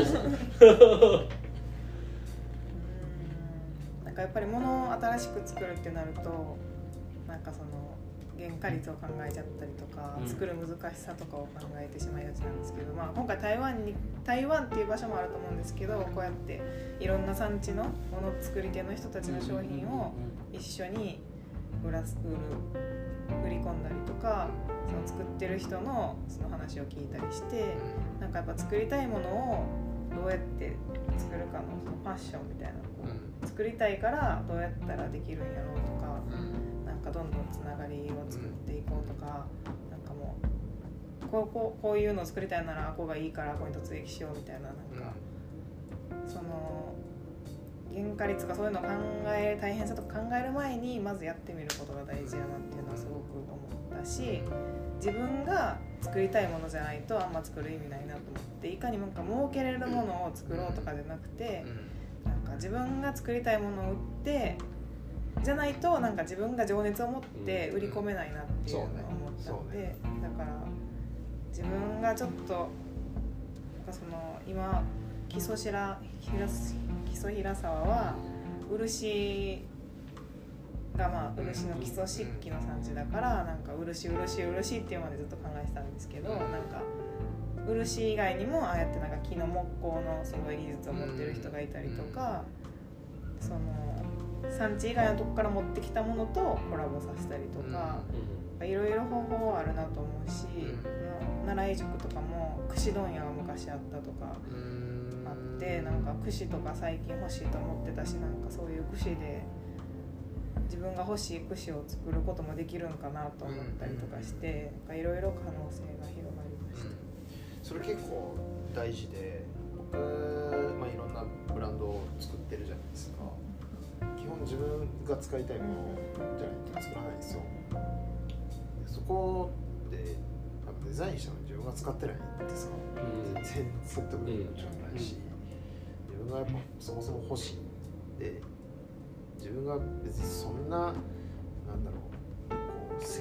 なんかやっぱり物を新しく作るってなるとなんかその原価率を考えちゃったりとか、作る難しさとかを考えてしまいがちなんですけど、今回台湾っていう場所もあると思うんですけど、こうやっていろんな産地のもの作り手の人たちの商品を一緒に売り込んだりとか、その作ってる人のその話を聞いたりして、なんかやっぱ作りたいものをどうやって作るかのそのファッションみたいな、作りたいからどうやったらできるんやろうとか、なんかどんどんつながりを作っていこうとか、なんかもうこういうのを作りたいならここがいいからここに突撃しようみたいな、なんかその原価率とかそういうのを大変さとか考える前にまずやってみることが大事やなっていうのはすごく思ったし、自分が作りたいものじゃないとあんま作る意味ないなと思って、いかにもなんか儲けれるものを作ろうとかじゃなくて、なんか自分が作りたいものを売ってじゃないとなんか自分が情熱を持って売り込めないなっていうのを思ったので、だから自分がちょっとその今木曽平沢は漆が漆の基礎漆器の産地だから、なんか漆っていうまでずっと考えてたんですけど、なんか漆以外にもああやってなんか木の木工のすごい技術を持ってる人がいたりとか、その産地以外のとこから持ってきたものとコラボさせたりとか、いろいろ方法はあるなと思うし、奈良井宿とかも串問屋が昔あったとかあって、なんか串とか最近欲しいと思ってたし、なんかそういう串で自分が欲しい串を作ることもできるんかなと思ったりとかして、いろいろ可能性が広がりました。 それ結構大事で、僕、いろんなブランドを作ってるじゃないですか。基本自分が使いたいものじゃないと作らないんですよ。でそこでデザインしたのに自分が使ってないってさ、全然説得力もないし、自分がやっぱそもそも欲しいで、自分が別にそんな、なんだろう、こう積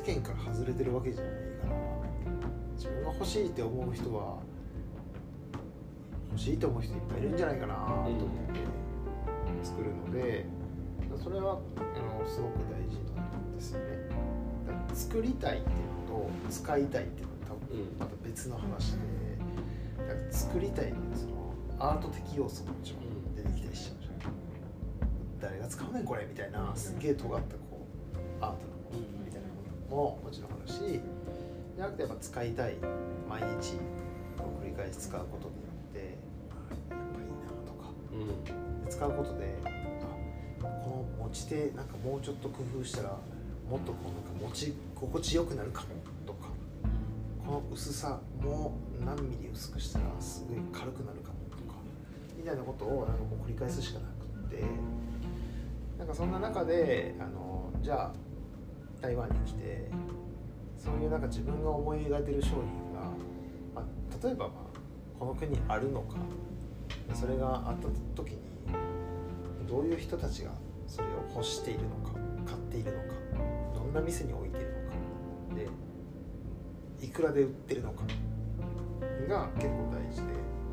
間から外れてるわけじゃないから、自分が欲しいって思う人は欲しいと思う人いっぱいいるんじゃないかなと思って作るので、それはすごく大事なんですよね。だから作りたいっていうのと使いたいっていうのは多分また別の話で、だから作りたいのでそのアート的要素ももちろん出てきたりしちゃうじゃん。誰が使うねんこれみたいなすげえ尖ったこうアートなものみたいなものももちろんあるし、じゃなくてやっぱ使いたい、毎日繰り返し使うことによってやっぱいいなとか、使うことでこの持ち手なんかもうちょっと工夫したらもっとこうなんか持ち心地よくなるかもとか、この薄さもう何ミリ薄くしたらすごい軽くなるかもとかみたいなことをなんかもう繰り返すしかなくって、なんかそんな中でじゃあ台湾に来てそういうなんか自分が思い描いてる商品が、例えばこの国にあるのか、それがあった時にどういう人たちがそれを欲しているのか、買っているのか、どんな店に置いているのかでいくらで売ってるのかが結構大事で、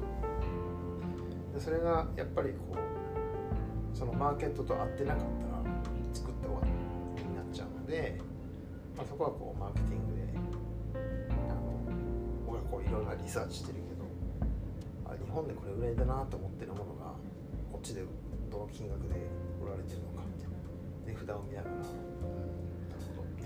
それがやっぱりこうそのマーケットと合ってなかったら作って終わりになっちゃうので、そこはこうマーケティングで僕はこういろんなリサーチしてるけど、日本でこれぐらいだなと思ってるものがこっちでどの金額で売られてるのかみたいな値札を見ながら、なるほどみた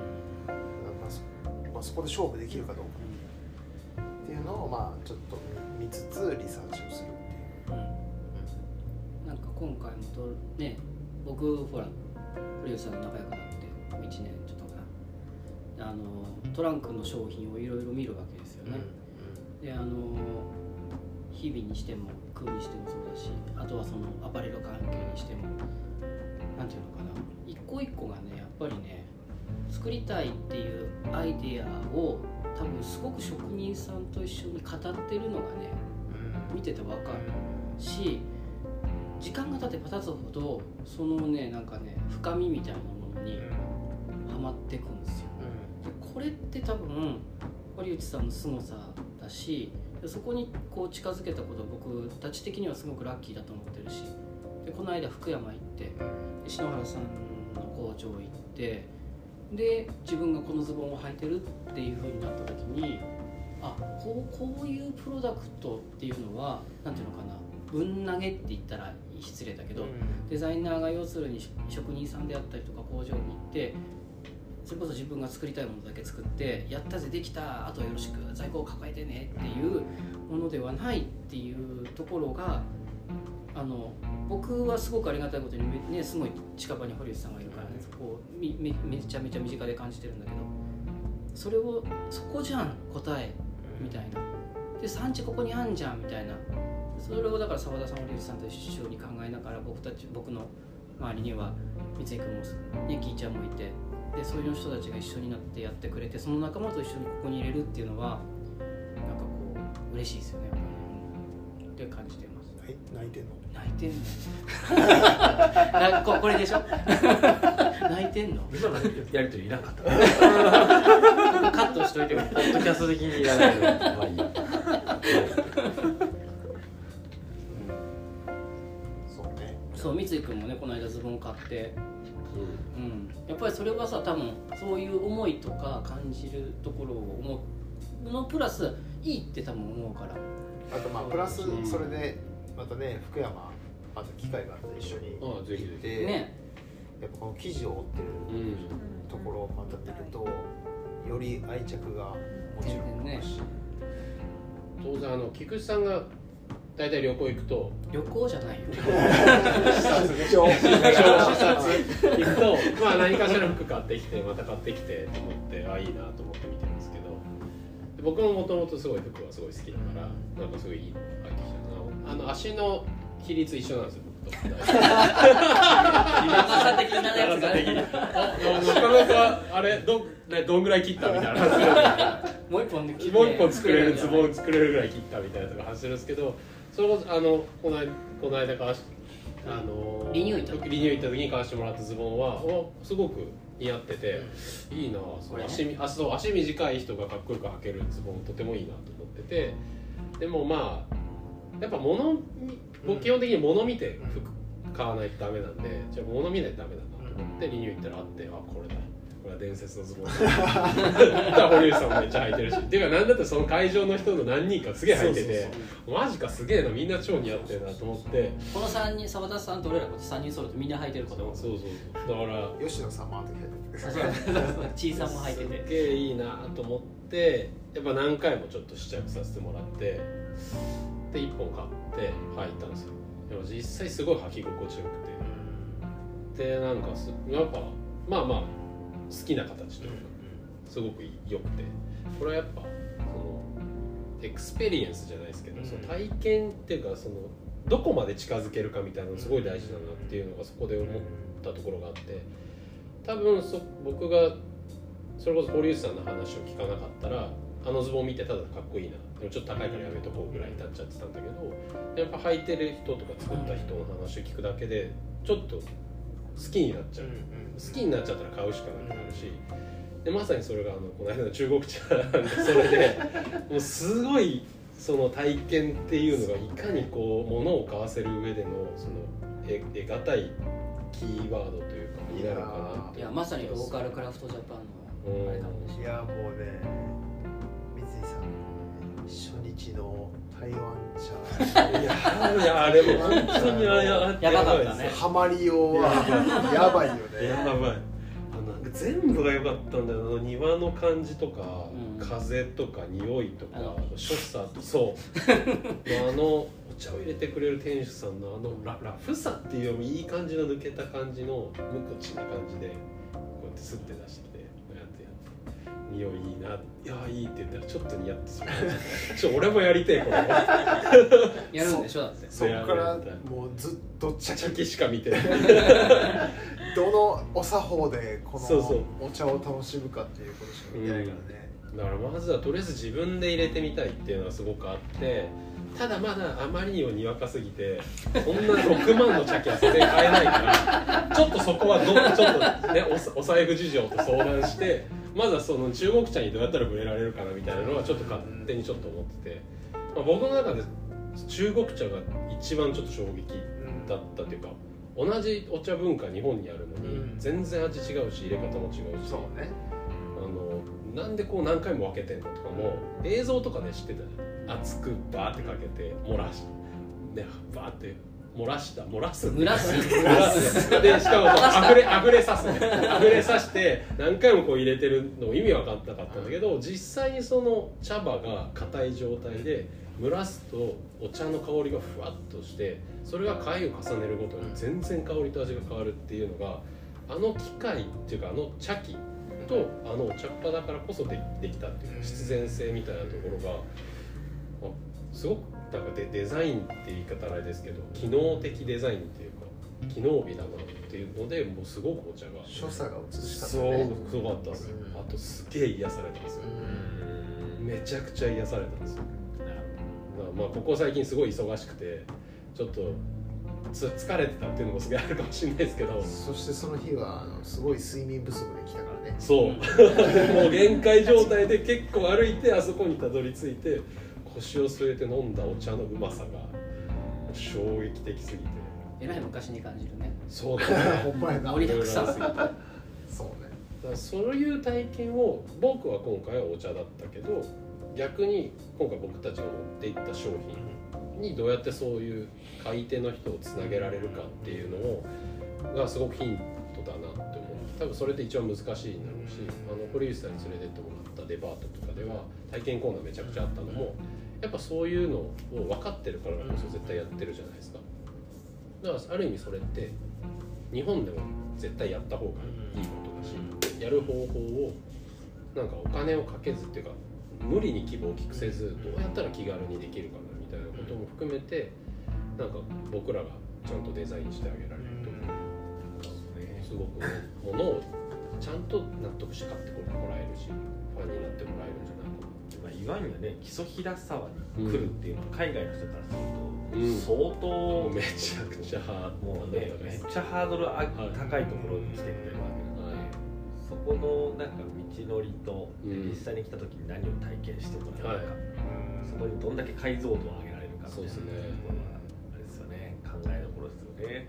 いな、そこで勝負できるかどうかっていうのをちょっと見つつリサーチをするっていう、 なんか今回もね、僕ほら堀内さんと仲良くなって1年ちょっとかな、トランクの商品をいろいろ見るわけですよね、で日々にしても空にしてもそうだし、あとはそのアパレル関係にしてもなんていうのかな、一個一個がねやっぱりね作りたいっていうアイデアを多分すごく職人さんと一緒に語ってるのがね見てて分かるし、時間が経てば経つほどそのねなんかね深みみたいなものにはまっていくんですよ。でこれって多分堀内さんの凄さだし、そこにこう近づけたことは僕たち的にはすごくラッキーだと思ってるし、でこの間福山行って篠原さんの工場行って、で自分がこのズボンを履いてるっていう風になった時に、こういうプロダクトっていうのはなんていうのかな、ぶん投げって言ったら失礼だけど、デザイナーが要するに職人さんであったりとか工場に行って、それこそ自分が作りたいものだけ作ってやったぜできた、あとはよろしく在庫を抱えてねっていうものではないっていうところが僕はすごくありがたいことにね、すごい近場に堀内さんがいるからね、そこをめちゃめちゃ身近で感じてるんだけど、そこじゃん答えみたいな、で産地ここにあんじゃんみたいな、それをだから澤田さん堀内さんと一緒に考えながら、僕の周りには三井君もね、キーちゃんもいて、でそういう人たちが一緒になってやってくれて、その仲間と一緒にここに入れるっていうのはなんかこう嬉しいですよね、って感じてます。 泣いてんの？ 泣いてんのこれでしょ泣いてんの？ 今のやりとりいらんかったカットしといてもポッドキャスト的にいらないのでまあいいやそう三井君もねこの間ズボン買って、やっぱりそれはさ、多分そういう思いとか感じるところを思うのプラスいいって多分思うから、 あとプラスそれでまたね、福山また機会があったら一緒に行ってね、やっぱこの生地を追ってるところをまた見るとより愛着がもちろんあるし、 当然菊池さんが大体旅行行くと、 旅行じゃないよ視察行くと何かしら服買ってきてまた買ってきてと思って、いいなと思って見てるんですけど、僕ももともとすごい服はすごい好きだから、なんかすごいいいのが入ってきたな。足の比率一緒なんですよ、僕と。 長さ的なやつがね、 なかなかあれどんぐらい切ったみたいな話もう一本で切ってもう一本作れるズボン作れるぐらい切ったみたいなとか走るんですけど、それこそこの間からリニュー行った時に買わせてもらったズボンはすごくやってて、いいなその足短い人がかっこよく履けるズボンとてもいいなと思ってて、でもまあやっぱ僕基本的に物見て服買わないとダメなんで、じゃあ物見ないとダメだなと思ってリニュー行ったらあって、これは伝説のズボンだ堀内さんもめっちゃ履いてるしっていうか、なんだってその会場の人の何人かすげえ履いてて、マジかすげえな、みんな超似合ってるなと思って、 この3人、澤田さんと俺ら3人揃ってみんな履いてることも、 そうだから吉野さんもあの時履いてるちいさんも履いててすげえいいなと思って、やっぱ何回もちょっと試着させてもらって、で1本買って履いたんですよ。でも実際すごい履き心地よくて、でなんかやっぱまあ好きな形というかすごく良くて、これはやっぱそのエクスペリエンスじゃないですけど、その体験っていうか、そのどこまで近づけるかみたいなのすごい大事だなっていうのがそこで思ったところがあって、多分僕がそれこそ堀内さんの話を聞かなかったら、あのズボン見てただかっこいいな、でもちょっと高いからやめとこうぐらいになっちゃってたんだけど、やっぱ履いてる人とか作った人の話を聞くだけでちょっと好きになっちゃう、好きになっちゃったら買うしかなくなるし、でまさにそれがこの間の中国茶なんで、それでもうすごいその体験っていうのがいかにこう物を買わせる上でのその得難いキーワードというかになるかなって。 いやまさにローカルクラフトジャパンのあれかもしれない。 いやもうね、三井さん初日の台湾茶いやあれも本当にやばかったね。 ハマりようはやばいよね。 やばい。全部が良かったんだよ。庭の感じとか、風とか匂いとか所作と、そうお茶を入れてくれる店主さんのラフさっていうよりもいい感じの抜けた感じの無口な感じでこうやってスッて出してきて、こうやって匂いいいな、いやいいって言ったらちょっと似合ってしまう俺もやりてえこれやるんでしょ。だってそっからもうずっと茶器しか見てないどのお作法でこのお茶を楽しむかっていうことしか見てないからね。 だからまずはとりあえず自分で入れてみたいっていうのがすごくあって、ただまだあまりにもにわかすぎてこんな6万の茶器は全然買えないからちょっとそこはちょっとねお財布事情と相談して、まずはその中国茶にどうやったら触れられるかなみたいなのはちょっと勝手にちょっと思ってて、僕の中で中国茶が一番ちょっと衝撃だったというか、同じお茶文化日本にあるのに全然味違うし入れ方も違うし、 そうね、 なんでこう何回も分けてんのとかも映像とかで知ってたじゃん。熱くバーってかけて漏らしでバーって漏らすでしかもあふれさすね、あふれさして何回もこう入れてるの意味分かんなかったんだけど、実際にその茶葉が硬い状態で蒸らすとお茶の香りがふわっとして、それが回を重ねるごとに全然香りと味が変わるっていうのが、あの機械っていうか茶器とお茶っ葉だからこそできたっていう必然性みたいなところがすごくなんかデザインって言い方あれですけど、機能的デザインっていうか機能美だなっていうので、もうすごくお茶が所作が美しかったね。 すごかったです。あとすげえ癒されたんですよ。めちゃくちゃ癒されたんですよ。まあここ最近すごい忙しくてちょっと疲れてたっていうのもすごいあるかもしれないですけど、 そしてその日はすごい睡眠不足で来たからね。 そうもう限界状態で結構歩いてあそこにたどり着いて、腰を据えて飲んだお茶のうまさが衝撃的すぎて、 えらい昔に感じるね。 そうだねほんまやな。 盛りだくさんそうね。 だからそういう体験を僕は今回はお茶だったけど、逆に今回僕たちが持っていった商品にどうやってそういう買い手の人をつなげられるかっていうのがすごくヒントだなって思う。多分それで一番難しいんだろうし、堀内さんに連れてってもらったデパートとかでは体験コーナーめちゃくちゃあったのも、やっぱそういうのを分かってるからこそ絶対やってるじゃないですか。だからある意味それって日本でも絶対やった方がいいことだし、やる方法をなんかお金をかけずっていうか無理に規模を大きくせず、どうやったら気軽にできるかなみたいなことも含めて、なんか僕らがちゃんとデザインしてあげられると、すごくものをちゃんと納得して買ってもらえるし、ファンになってもらえるんじゃないかな。 意外にはね、基礎平沢に来るっていうのは海外の人からすると相当、 めちゃくちゃハードル、 もうね、めっちゃハードル高いところに来てくれるわけなので、 このなんか道のりと、実際に来た時に何を体験してもらうのか、そこにどんだけ解像度を上げられるかみたいなところはあれですよね、考えどころですよね。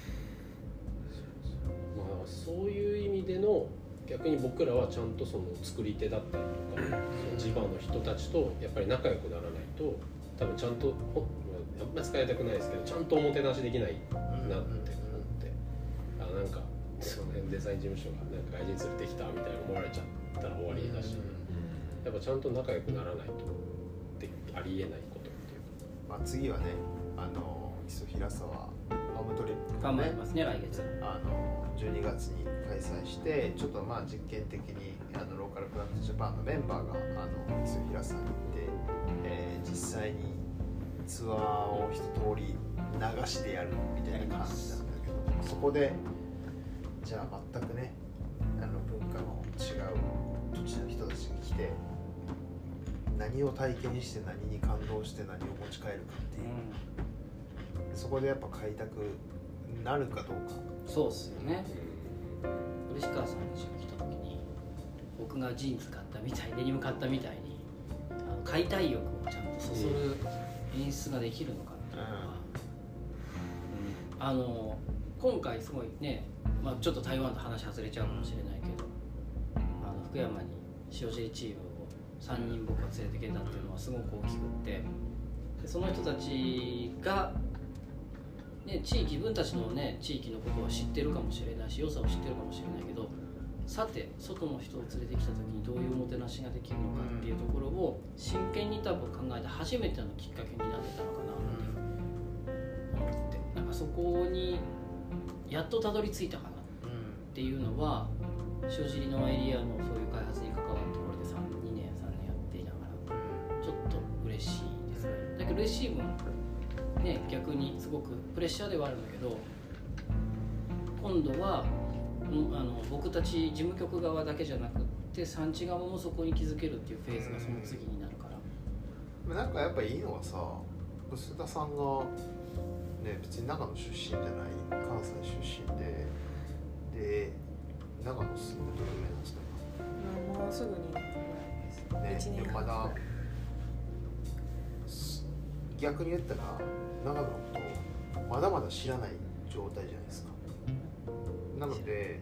まあそういう意味での逆に僕らはちゃんとその作り手だったりとか、その地場の人たちとやっぱり仲良くならないと多分ちゃんとあんま使いたくないですけどちゃんとおもてなしできないなって思って、なんかその辺デザイン事務所がなんか外人連れてきたみたいな思われちゃったら終わりだし、やっぱちゃんと仲良くならないとってありえないことっていうか、 まあ、次はね磯平沢ファームトリップ頑張りますね、来月 12月に開催して、ちょっとまあ実験的にローカルクラフトジャパンのメンバーが磯平さんに行って、実際にツアーを一通り流してやるみたいな感じなんだけど、そこでじゃあ全くね文化の違う土地の人たちが来て何を体験して何に感動して何を持ち帰るかっていう、そこでやっぱ開拓なるかどうか。 そうっすよね。漆川さんに来た時に僕がジーンズ買ったみたい、デニム買ったみたいに買いたい欲をちゃんとそそる演出ができるのかっていうのは、今回すごいね、まあ、ちょっと台湾と話外れちゃうかもしれないけど、福山に塩尻チームを3人僕が連れてけたっていうのはすごく大きくって、でその人たちがね、自分たちの、ね、地域のことは知ってるかもしれないし良さを知ってるかもしれないけど、さて外の人を連れてきた時にどういうおもてなしができるのかっていうところを真剣に多分考えて初めてのきっかけになってたのかなって思って、なんかそこにやっとたどり着いたかなっていうのは、塩尻のエリアのそういう開発に関わるところで2年3年やっていながらちょっと嬉しいですね。だけど嬉しい分ね、逆にすごくプレッシャーではあるんだけど、今度は僕たち事務局側だけじゃなくって産地側もそこに気づけるっていうフェーズがその次になるから、 なんかやっぱいいのはさ、臼田さんが、ね、別に長野出身じゃない、関西出身で長野住んでどれぐらいなんですか？ もうすぐにね、 1年間まだ逆に言ったら長野のことをまだまだ知らない状態じゃないですか。なので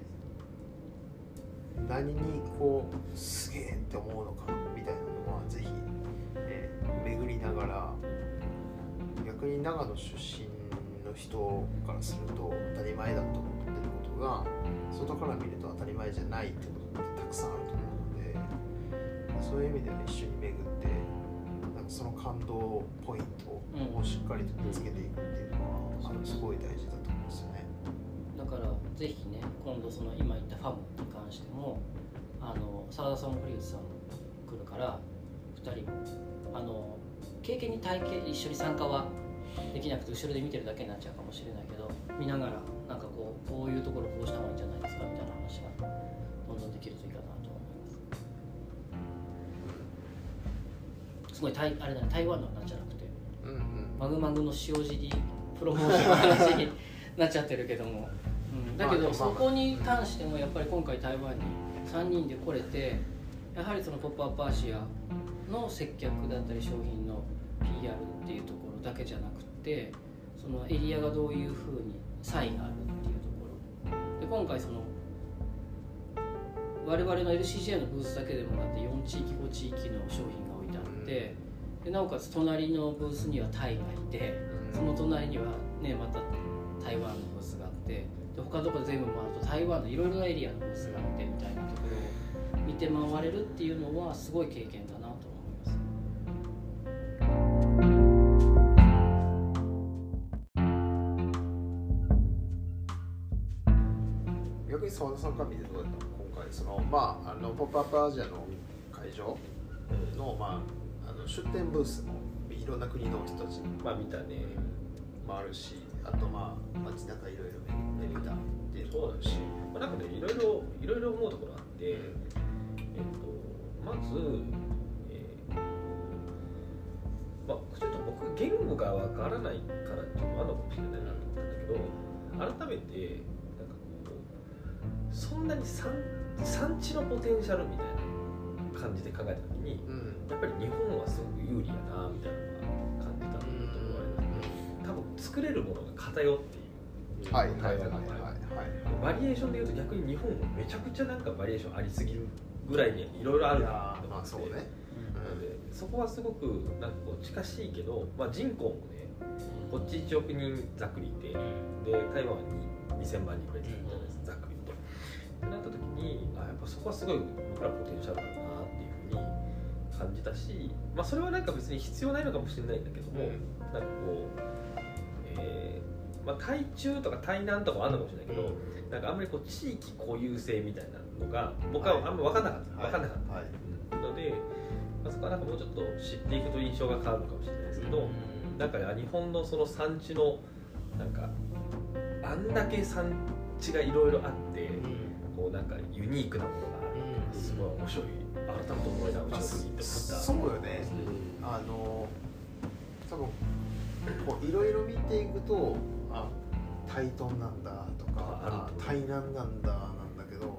何にこうすげえって思うのかみたいなのはぜひ、巡りながら、逆に長野出身の人からすると当たり前だと思ってることが外から見ると当たり前じゃないってことってたくさんあると思うので、そういう意味では一緒に巡ってその感動ポイントをしっかりと見つけていくっていうのは、すごい大事だと思うんですよね。 だからぜひね、今度その今言ったファムに関しても澤田さんも堀内さんも来るから2人も経験に体験一緒に参加はできなくて後ろで見てるだけになっちゃうかもしれないけど、見ながらなんかこういうところこうした方がいいんじゃないですかみたいな話がどんどんできるといいかなと思います。すごいあれだね、台湾の話じゃなくて、マグマグの塩尻プロモーションの話になっちゃってるけども、だけどそこに関してもやっぱり今回台湾に3人で来れて、やはりそのポップアップアジアの接客だったり商品の PR っていうところだけじゃなくて、そのエリアがどういうふうに差異があるっていうところで、今回その我々の LCJ のブースだけでもだって4地域5地域の商品が置いてあって、でなおかつ隣のブースにはタイがいて、その隣にはねまた台湾のブースがあって、で他のところ全部回ると台湾のいろいろなエリアのブースがあってみたいなところを見て回れるっていうのはすごい経験だなと思います。 逆に澤田さんから見てどうだったの？今回ポップアップアジアの会場の、出店ブースもいろんな国の人たち見たねもあるし、あと街中いろいろ見たっていうのもあるし、 なんかねいろいろ思うところがあって、まずちょっと僕言語がわからないからっていうのもあるのかもしれないなと思ったんだけど、改めてなんかこうそんなに参産地のポテンシャルみたいな感じで考えた時に、やっぱり日本はすごく有利やなみたいなのが感じたところがありますね。多分作れるものが偏っている。 はいはいはいはいバリエーションでいうと逆に日本はめちゃくちゃなんかバリエーションありすぎるぐらいにいろいろあるなと思って、 そうね、 そこはすごくなんかこう近しいけど、まあ、人口もねこっち1億人ざっくりいて、で台湾は2000万人ぐらいいるじゃないですか、ざっくりと。ってなった時にやっぱそこはすごい僕らポテンシャルだなっていうふうに感じたし、まあ、それはなんか別に必要ないのかもしれないんだけども、なんかこう、まあ、台中とか台南とかもあるのかもしれないけど、なんかあんまりこう地域固有性みたいなのが僕はあんま分かんなかったので、まあ、そこはなんかもうちょっと知っていくと印象が変わるのかもしれないですけど、なんか日本のその産地のなんかあんだけ産地がいろいろあって、こうなんかユニークなものがあるってすごい面白い、改めて思いながら面白いって思った。 そうよね、多分こういろいろ見ていくとタイトンなんだとか台南なんだなんだけど、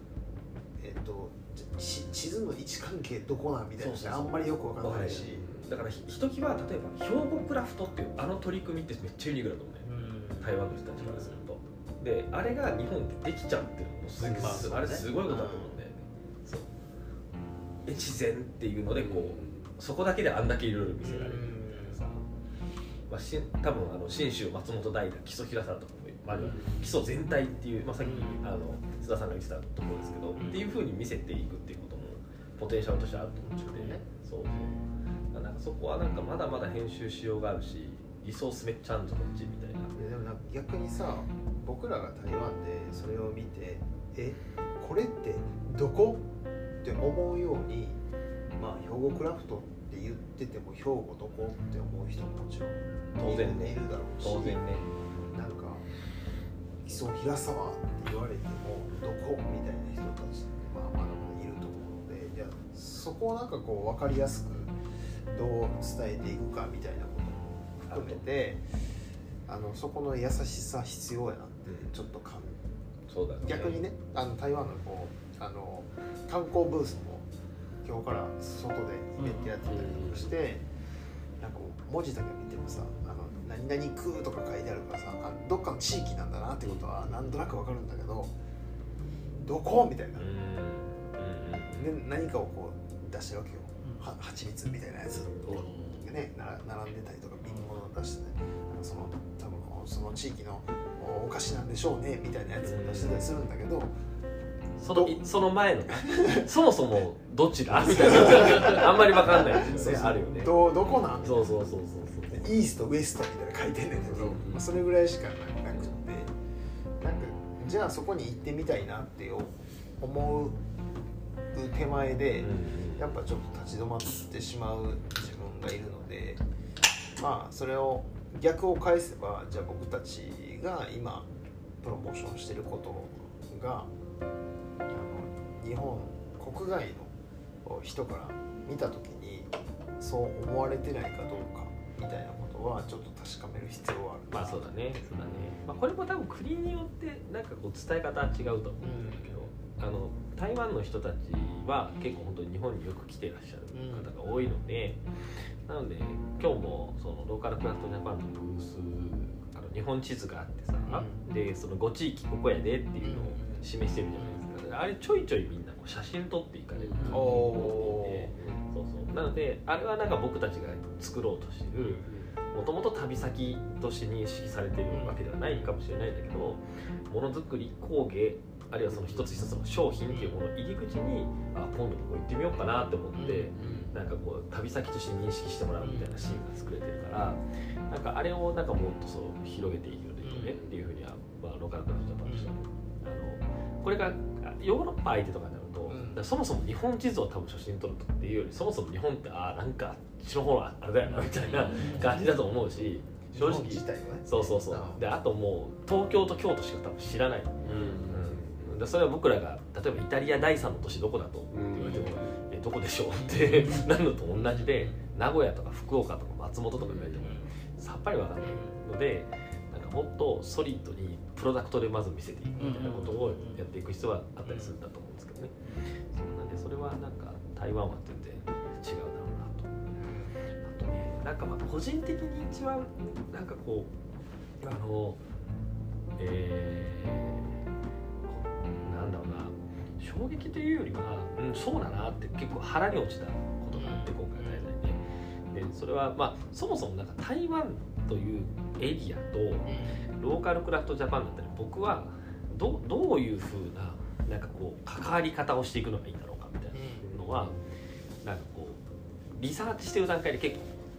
地図の位置関係どこなんみたいなあんまりよくわからないし、 だからひときわ例えば兵庫クラフトっていう取り組みってめっちゃユニークだと思うね、台湾の人たちからすると。であれが日本でできちゃうっていうのもすごい、あれすごいことだと思うんだよね。そう越前っていうのでこうそこだけであんだけいろいろ見せられるみたいなさ、まあ、多分信州松本平木曽平さんとかもあるいは基礎全体っていう、まあ、さっき須田さんが言ってたところですけど、っていうふうに見せていくっていうこともポテンシャルとしてあると思うんで、そうなんかそこはなんかまだまだ編集しようがあるし、リソースめっちゃあるぞこっちみたいな。 でもなんか逆にさ、僕らが台湾でそれを見てこれってどこって思うように、まあ兵庫クラフトって言ってても兵庫どこって思う人ももちろん当然ねいるだろうし、 当然ね、 なんか木曽平沢って言われてもどこみたいな人たちってまだまだいると思うので、じゃあそこをなんかこう分かりやすくどう伝えていくかみたいなことも含めて、そこの優しさ必要やなってちょっと感じ、 そうだね、 逆にね台湾のこう観光ブースも今日から外でイベントやってたりとかして、なんか文字だけ見てもさ何々区とか書いてあるからさどっかの地域なんだなってことはなんとなく分かるんだけど、どこみたいな、で何かをこう出してるわけよ、蜂蜜みたいなやつを、ね、並んでたりとか瓶物を出して、ね、多分その地域のお菓子なんでしょうねみたいなやつを出してたりするんだけど、 その前のそもそもどっちだみたいなあんまり分かんないっていうのね、あるよね。 どこなん？ そうイーストウエストみたいな書いてんねんけど、それぐらいしかなくて、なんかじゃあそこに行ってみたいなって思う手前で、やっぱちょっと立ち止まってしまう自分がいるので、まあそれを逆を返せば、じゃあ僕たちが今プロモーションしてることが日本国外の人から見た時にそう思われてないかどうかみたいなことはちょっと確かめる必要はある。 まあそうだね、まあ、これも多分国によってなんかこう伝え方は違うと思うんだけど、台湾の人たちは結構本当に日本によく来ていらっしゃる方が多いので、なので今日もそのローカルクラフトジャパンのブース日本地図があってさ、でその5地域ここやでっていうのを示してるじゃないですか。あれちょいちょいみんなこう写真撮っていかれるっていうので、そうなのであれはなんか僕たちが作ろうとしてる、もともと旅先として認識されているわけではないかもしれないんだけど、ものづくり工芸あるいはその一つ一つの商品っていうものを入り口に今度ここ行ってみようかなって思って、なんかこう旅先として認識してもらうみたいなシーンが作れてるから、なんかあれをなんかもっとそう広げていけるといいよねっていうふうには、まあ、ローカルクラフトジャパンとしてはこれがヨーロッパ相手とかになると、そもそも日本地図を多分写真撮るっていうより、そもそも日本ってなんかあっちの方のあれだよなみたいな感じだと思うし、正直そうで、あともう東京と京都しか多分知らない、それは僕らが例えばイタリア第3の都市どこだと言われても、どこでしょうってなるのと同じで、名古屋とか福岡とか松本とか言われてもさっぱり分かんないので、なんかもっとソリッドにプロダクトでまず見せていくみたいなことをやっていく必要はあったりするんだと思うんですけね。なんでそれはなんか台湾は全然違うだろうなと。あとね、なんかまあ個人的に一番なんかこうなんだろうな、衝撃というよりは、そうだなって結構腹に落ちたことがあって、今回の題材で、それはまあそもそもなんか台湾というエリアとローカルクラフトジャパンだったり、僕はどういう風ななんかこう関わり方をしていくのがいいんだろうかみたいなのは、なんかこうリサーチしてる段階で結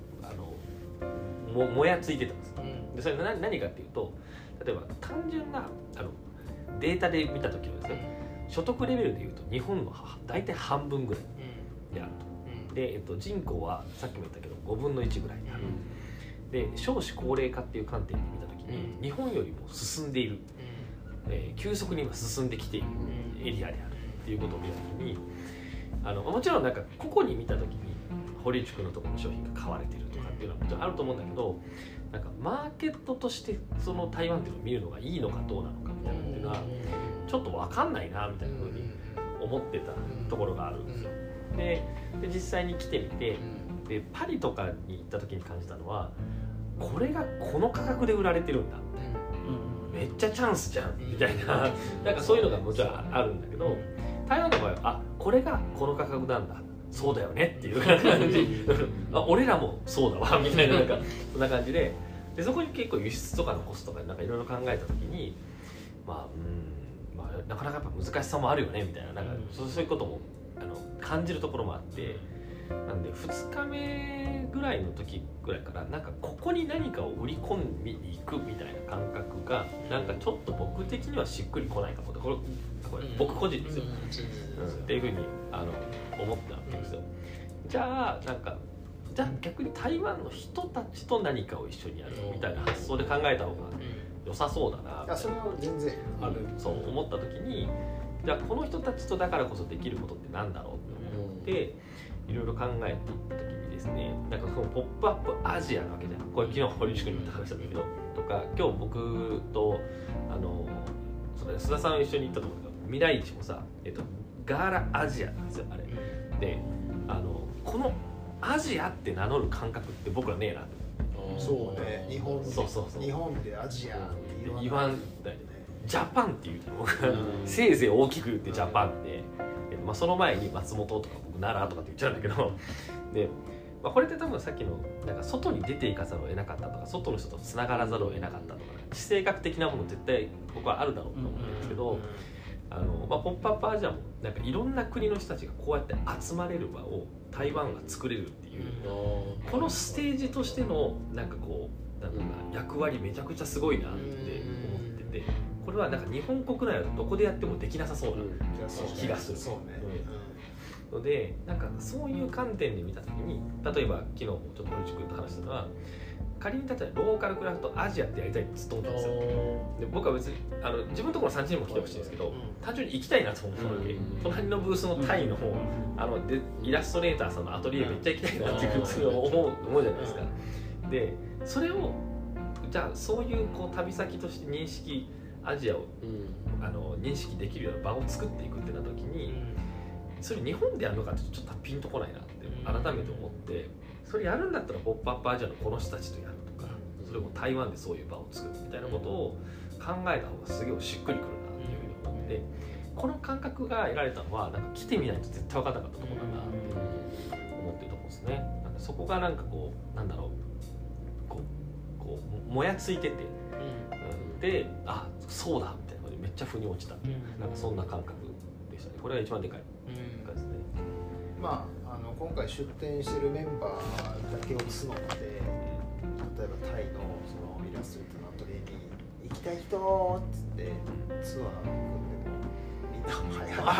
構もやついてたんです。でそれ何かっていうと、例えば単純なデータで見た時はですね、所得レベルでいうと日本の大体半分ぐらいであると。で、人口はさっきも言ったけど5分の1ぐらいにある。で、少子高齢化っていう観点で見た時に日本よりも進んでいる、急速に今進んできているエリアであるっていうことを見た時に、もちろんなんか個々に見た時に堀内くんのところの商品が買われてるとかっていうのはもちろんあると思うんだけど、なんかマーケットとしてその台湾っていうのを見るのがいいのかどうなのかみたいなっていうのはちょっと分かんないなみたいな風に思ってたところがあるんですよ。で実際に来てみて、でパリとかに行った時に感じたのは、これがこの価格で売られてるんだみたいな、めっちゃチャンスじゃんみたいな、なんかそういうのがもちろんあるんだけど、台湾の場合はこれがこの価格なんだ、そうだよねっていう感じ俺らもそうだわみたいな、なんかそんな感じで、そこに結構輸出とかのコストとかなんかいろいろ考えた時に、まあなかなかやっぱ難しさもあるよねみたいな、なんかそういうことも感じるところもあって、なんで2日目ぐらいの時ぐらいからなんかここに何かを売り込みに行くみたいな感覚がなんかちょっと僕的にはしっくりこないかもと、これ僕個人ですよ、っていうふうに思ったわけですよ。じゃあ逆に台湾の人たちと何かを一緒にやるみたいな発想で考えた方が良さそうだな。 いやそれは全然ある。 そう思った時に、じゃあこの人たちとだからこそできることってなんだろうって思っていろいろ考えていった時にですね、なんかそのポップアップアジアなわけじゃん。これ昨日堀内くんにも話したんだけどとか、今日僕と須田さん一緒に行ったと思うんだけど、未来市もさ、ガーラアジアなんですよあれ。でこのアジアって名乗る感覚って僕らねえなと。 そうね、日本でアジアって言わんだよね。ジャパンっていうじゃん僕せいぜい大きく言ってジャパンで、その前に松本とか僕奈良とかって言っちゃうんだけど、で、これって多分さっきのなんか外に出ていかざるを得なかったとか、外の人とつながらざるを得なかったとか、地政学的なもの絶対僕はあるだろうと思うんですけど、ポップアップアジアもなんかいろんな国の人たちがこうやって集まれる場を台湾が作れるっていう、このステージとしてのなんかこうなんか役割めちゃくちゃすごいなって思ってて、これはなんか日本国内だとどこでやってもできなさそうな気がする。そうね。のでなんかそういう観点で見たときに、例えば昨日もちょっと堀内君と話したのは、仮に例えばローカルクラフトアジアってやりたいってずっと思ったんですよ。で僕は別に自分のところの産地にも来てほしいんですけど、単純に行きたいなと思ったわけ。隣のブースのタイの方、でイラストレーターさんのアトリエめっちゃ行きたいなっていうふうに思うじゃないですか。でそれをじゃあそういうこう旅先として認識アジアを、認識できるような場を作っていくってなった時に、それ日本でやるのかってちょっとピンとこないなって改めて思って、それやるんだったらポップアップアジアのこの人たちとやるとか、それも台湾でそういう場を作るみたいなことを考えた方がすげえしっくりくるなっていうふうに思って、この感覚が得られたのはなんか来てみないと絶対分からなかったところだなって思ってるところですね。なんかそこがなんかこうなんだろう、こうもやついてて、でそうだみたいなのでめっちゃ腑に落ちた、なんかそんな感覚でしたね。これが一番でかいですね。 今回出展してるメンバーだけを募って、例えばタイのそのイラストレーターのアトリエに行きたい人っつってツアー組んでもみんな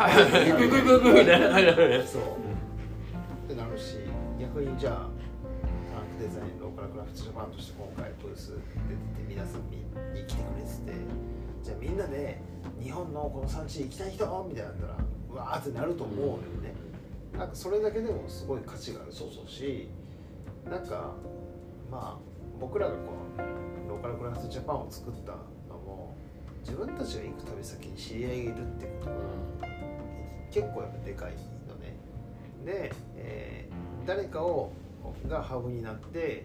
そうってなるし、逆にじゃあトランクデザインローカルクラフトジャパンとして今回ブース出て皆さんに来てくれてて、じゃあみんなで日本のこの産地に行きたい人みたいなったらうわーってなると思うのよね。なんかそれだけでもすごい価値があると思うし、なんか僕らがこのローカルクラフトジャパンを作ったのも、自分たちが行く旅先に知り合いがいるってことが結構やっぱでかいのね。で、誰かがハブになって、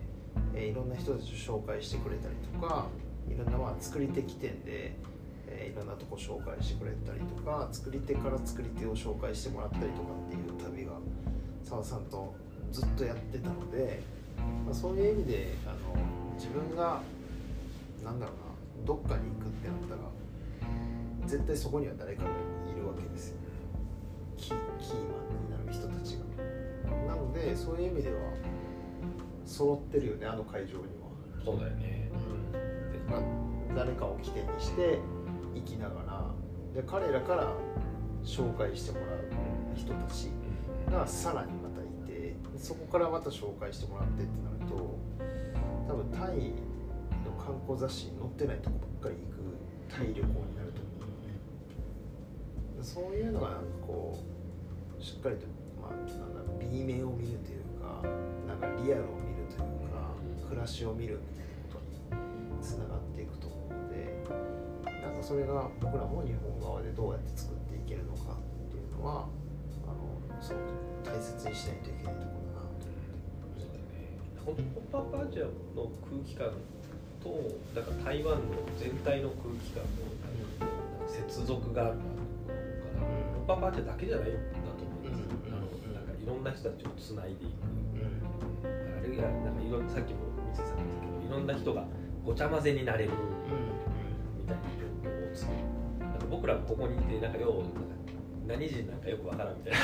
いろんな人たちを紹介してくれたりとか、いろんな作り手起点で、いろんなとこ紹介してくれたりとか、作り手から作り手を紹介してもらったりとかっていう旅が澤さんとずっとやってたので、そういう意味で自分がなんだろうな、どっかに行くってなったら絶対そこには誰かがいるわけですよ。キーマンになる人たちが。なのでそういう意味では揃ってるよね、あの会場には。 そうだよね、 誰かを起点にして生きながら、で彼らから紹介してもらう人たちがさらにまたいて、そこからまた紹介してもらってってなると、多分タイの観光雑誌に載ってないとこばっかり行くタイ旅行になると思うのね。そういうのがなんかこうしっかりと、なんだろう、B 面を見るというか、なんかリアルを見るというか、暮らしを見るみたいなことにつながっていくと思うので、なんかそれが僕らも日本側でどうやって作っていけるのかっていうのはすごく大切にしないといけないところだなと思って。 ホッパーカーチャーの空気感とだから台湾の全体の空気感の接続があるのかな。ホッパーカーチャーだけじゃないんだと思うんですよ。なんかいろんな人たちをつないでいく。あれがなんかさっきも三井さんが言ったけど、いろんな人がごちゃ混ぜになれるみたいな状況を作る。なんか僕らもここにいてなんか何人なんかよくわからんみたい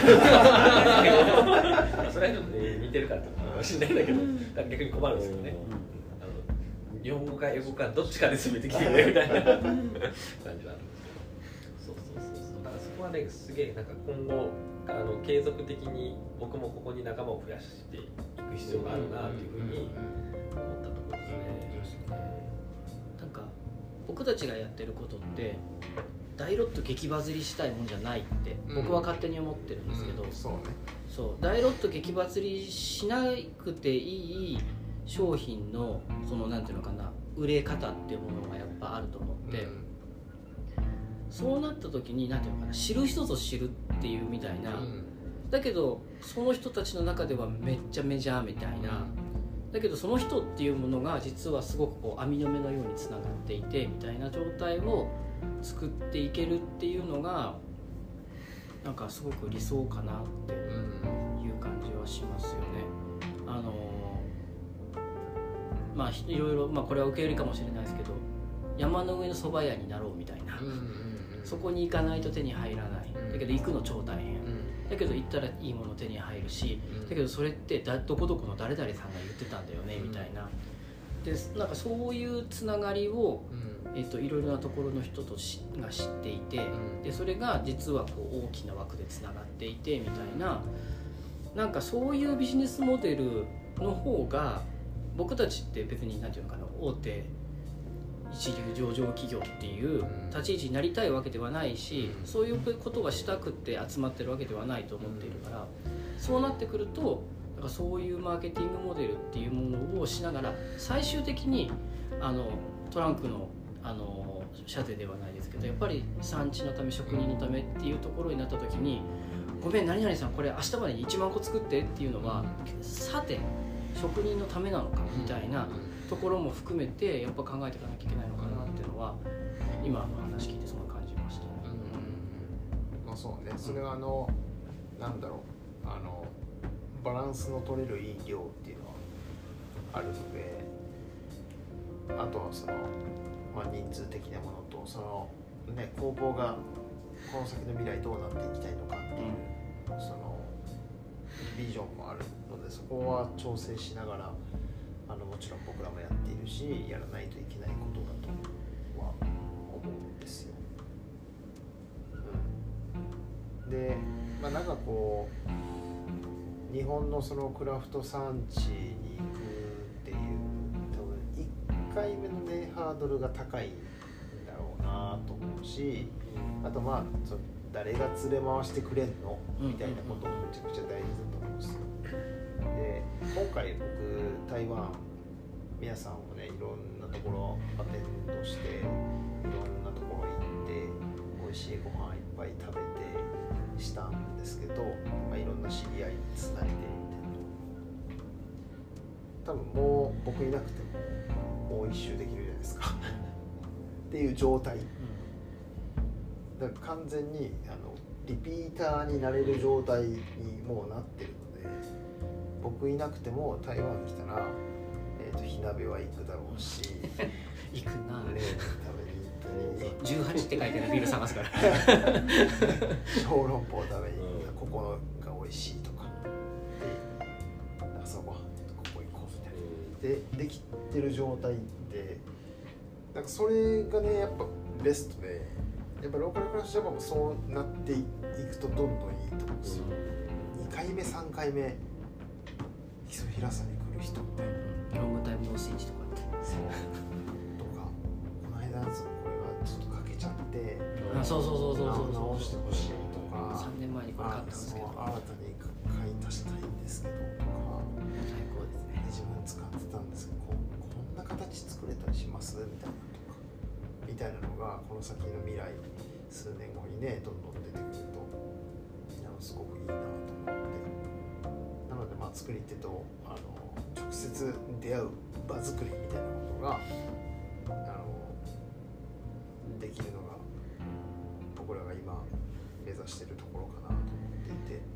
なそれはちょっと、似てるからかもしれないんだけど、逆に困るんですよね。日本語か英語かどっちかで全てきてるみたいな感じはあるんですけど、そうだからそこはね、すげえなんか今後継続的に僕もここに仲間を増やしていく必要があるなというふうに思ったところですね。 なんか僕たちがやってることって大ロット激バズりしたいもんじゃないって僕は勝手に思ってるんですけど、そう大ロット激バズりしなくていい商品のそのなんていうのかな、売れ方っていうものがやっぱあると思って、そうなった時になんていうのかな、知る人ぞ知るっていうみたいな、だけどその人たちの中ではめっちゃメジャーみたいな、だけどその人っていうものが実はすごくこう網の目のようにつながっていてみたいな状態を作っていけるっていうのがなんかすごく理想かなっていう感じはしますよね。いろいろ、これは受け売りかもしれないですけど、山の上の蕎麦屋になろうみたいな、そこに行かないと手に入らない、だけど行くの超大変、だけど行ったらいいもの手に入るし、だけどそれってどこどこの誰々さんが言ってたんだよねみたいな、でなんかそういうつながりをいろいろなところの人が知っていて、でそれが実はこう大きな枠でつながっていてみたいな、なんかそういうビジネスモデルの方が僕たちって別に何て言うのかな、大手一流上場企業っていう立ち位置になりたいわけではないし、そういうことがしたくって集まってるわけではないと思っているから、そうなってくるとなんかそういうマーケティングモデルっていうものをしながら、最終的にトランクの社税ではないですけど、やっぱり産地のため職人のためっていうところになった時に、ごめん何々さんこれ明日までに1万個作ってっていうのは、さて職人のためなのかみたいなところも含めてやっぱ考えていかなきゃいけないのかなっていうのは今の話聞いてそんな感じましたね。 そうね、それはなんだろう、バランスの取れるいい量っていうのはあるので、あとはその、人数的なものとそのね、工房がこの先の未来どうなっていきたいのかっていう、そのビジョンもあるので、そこは調整しながらもちろん僕らもやっているし、やらないといけないことだとは思うんですよ。で、なんかこう日本のそのクラフト産地に行くっていう、多分1回目のねハードルが高いんだろうなと思うし、あと誰が連れ回してくれんのみたいなこともめちゃくちゃ大事だと思うんですよ。で、今回僕台湾皆さんもね、いろんなところアテンドして、いろんなところ行って美味しいご飯いっぱい食べて、 したんですけど、まあ、いろんな知り合いにつないで多分もう僕いなくてももう一周できるじゃないですかっていう状態だから完全にリピーターになれる状態にもうなってるので、僕いなくても台湾来たら、火鍋は行くだろうし行くなレーズン食べに行ったり 18って書いてるビール探すから小籠包食べにここが美味しいとかで朝ごはんここ行こうみたいなできてる状態でなんかそれがねやっぱベストでやっぱローカルクラフトジャパンもそうなっていくとどんどんいいと思うんですよ、2回目3回目木曽平さんに来る人ってロングタイムノースイッチとかってそうとかこの間のやつこれはちょっとかけちゃってそう直してほしいとか 3年前にこれ買ったんですけど新たに買い足したいんですけどとか最高ですね自分使ってたんですけどこんな形作れたりしますみたいなとかみたいなのがこの先の未来数年後にねどんどん出てくるとすごくいいなと思ってなのでまあ作り手と直接出会う場作りみたいなことができるのが僕らが今目指しているところかなと思っていて、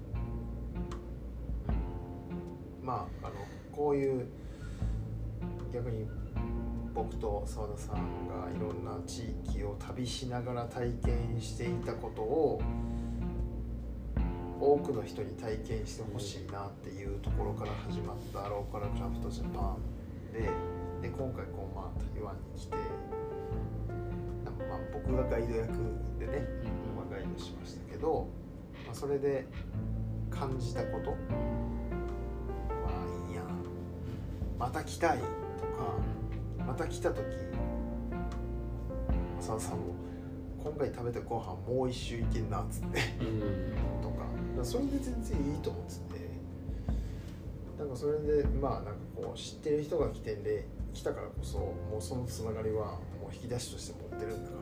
まあこういう逆に僕と澤田さんがいろんな地域を旅しながら体験していたことを多くの人に体験してほしいなっていうところから始まったローカルクラフトジャパンで今回まあ台湾に来てまあ僕がガイド役でね、ガイドしましたけど、まあ、それで感じたことはいいやんまた来たいとかまた来た時澤田さんも今回食べたご飯もう一周いけんなっつってとかそれで全然いいと思っててなんかそれでまあなんかこう知ってる人が来たからこそもうそのつながりはもう引き出しとして持ってるんだ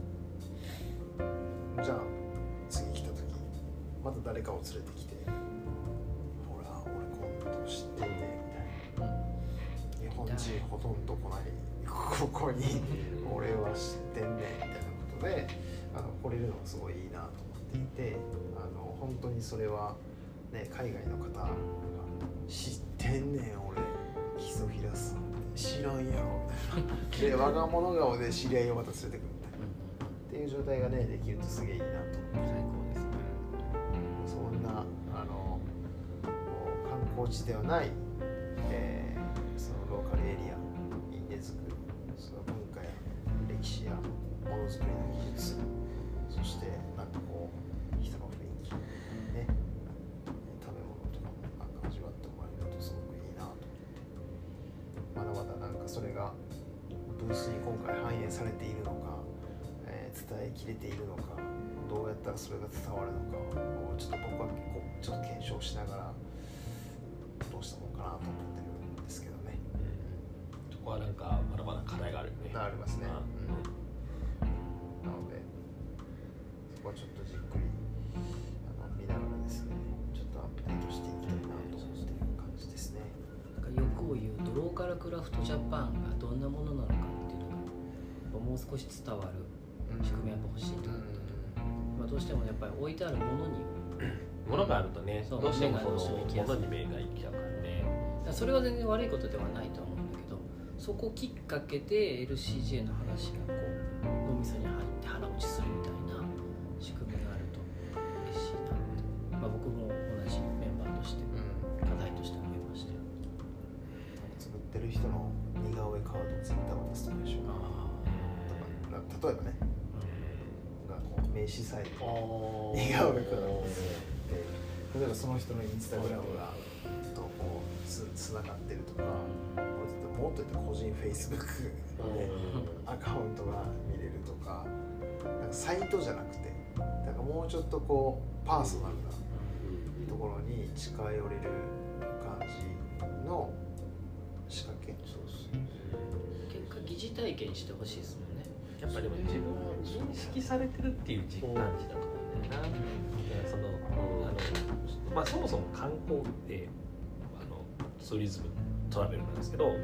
からじゃあ次来た時また誰かを連れてきてほら俺こんなとこ知ってんねみたいな日本人ほとんど来ないここに俺は知ってんねみたいなことで来れるのがすごいいいなと思っていて本当にそれは、ね、海外の方が知ってんねん俺木曽平さん知らんやろみたいなで我が物顔で知り合いをまた連れてくるみたいなっていう状態がねできるとすげえいいなと最高ですねそんな観光地ではない、そのローカルエリアに根付くその文化や歴史やものづくりの技術そしてなんかこう人の雰囲気ね食べ物とかもなんか味わってもらえるとすごくいいなと思ってまだまだなんかそれがブースに今回反映されているのか、伝えきれているのかどうやったらそれが伝わるのかをちょっと僕はちょっと検証しながらどうしたもんかなと思ってるんですけどね、 そこはなんかまだまだ課題があるよね。 ありますね、なのでそこはちょっとじっくり見ながらですねちょっとアップデートしていきたいなと思っている感じですね。 なんか欲を言うとローカルクラフトジャパンがどんなものなのかっていうのがやっぱもう少し伝わる仕組みやっぱ欲しいと思って、まあ、どうしてもやっぱり置いてあるものに物があるとねどうしてもその目が物に目が行きちゃうからね。 それは全然悪いことではないと思うんだけどそこきっかけで LCJ の話がこう脳みそに入って腹落ちするみたいな仕組みがあると嬉しいなって、まあ、僕も同じメンバーとして課題として思いましたよ。 作ってる人の似顔絵カードをツイッター渡すとかでしょ。例えばね、がこう名刺サイト似顔絵カードを作って例えばその人のインスタグラムがとこうつながってるとかもっと言ったら個人フェイスブックでアカウントが見れるとかなんかサイトじゃなくてなんかもうちょっとこうパーソナルなところに近寄れる感じの仕掛け。 結果疑似体験してほしいですもんね。 やっぱりでも自分を認識されてるっていう実感値だと思うんだよそもそも観光ってツーリズムトラベルなんですけど、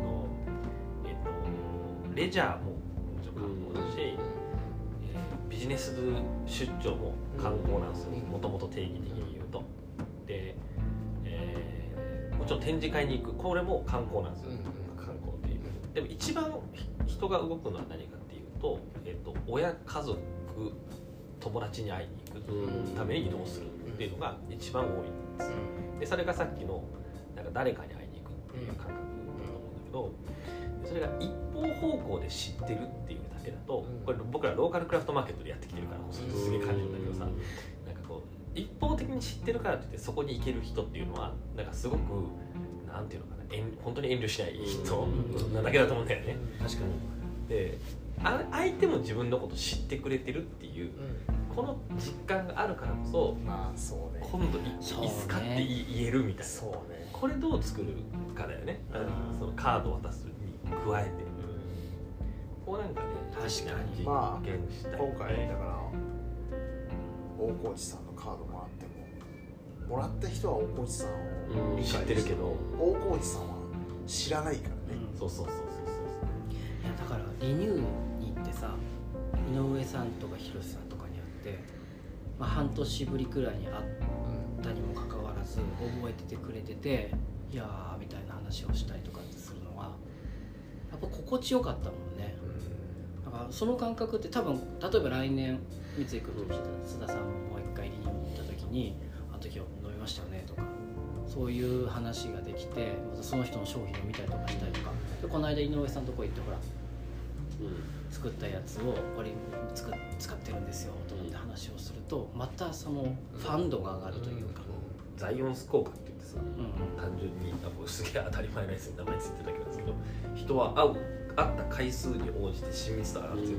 レジャーももちろん観光だし、ビジネス出張も観光なんですよ、もともと定義的に言うと。で、もちろん展示会に行く、これも観光なんですよ、観光っていう。でも一番人が動くのは何かっていうと、親、家族、友達に会いに行くために移動するっていうのが一番多いんです。でそれがさっきのなんか誰かに会いに行くっていう感覚だと思うんだけど、それが一方方向で知ってるっていうだけだと、これ僕らローカルクラフトマーケットでやってきてるからこそすげえ感じるんだけどさ、なんかこう一方的に知ってるからといってそこに行ける人っていうのはなんかすごくなんていうのかな、本当に遠慮しない人なだけだと思うんだよね。 確かに。 で相手も自分のこと知ってくれてるっていう、この実感があるからこそ、 そうね、 今度いつかって言えるみたいな、 そうね、 これどう作るかだよね、そのカードを渡すに加えて、こうなんかね、 確かに実現したい、 今回だから大河内さんのカードもらっても、もらった人は大河内さんを知ってるけど、 大河内さんは知らないからね。 そうそうそうそうそう。 いやだからリニューに行ってさ、井上さんとか広瀬さんとかに会って、半年ぶりくらいに会ったにもかかわらず覚えててくれてて、いやーみたいな話をしたりとかってするのはやっぱ心地よかったもんね。だからその感覚って多分、例えば来年三井君と須田さんももう一回リニューに行った時に、あの時飲みましたよねとか、そういう話ができて、またその人の商品を見たりとかしたりとかで、この間井上さんのとこ行ってほら、作ったやつをこれ使ってるんですよと思って話をすると、またそのファンドが上がるというか、 ザイオンス効果って言ってさ、単純にすげえ当たり前のやつに名前ついてるだけなんですけど、人は会った回数に応じて親密さが上がるっていう、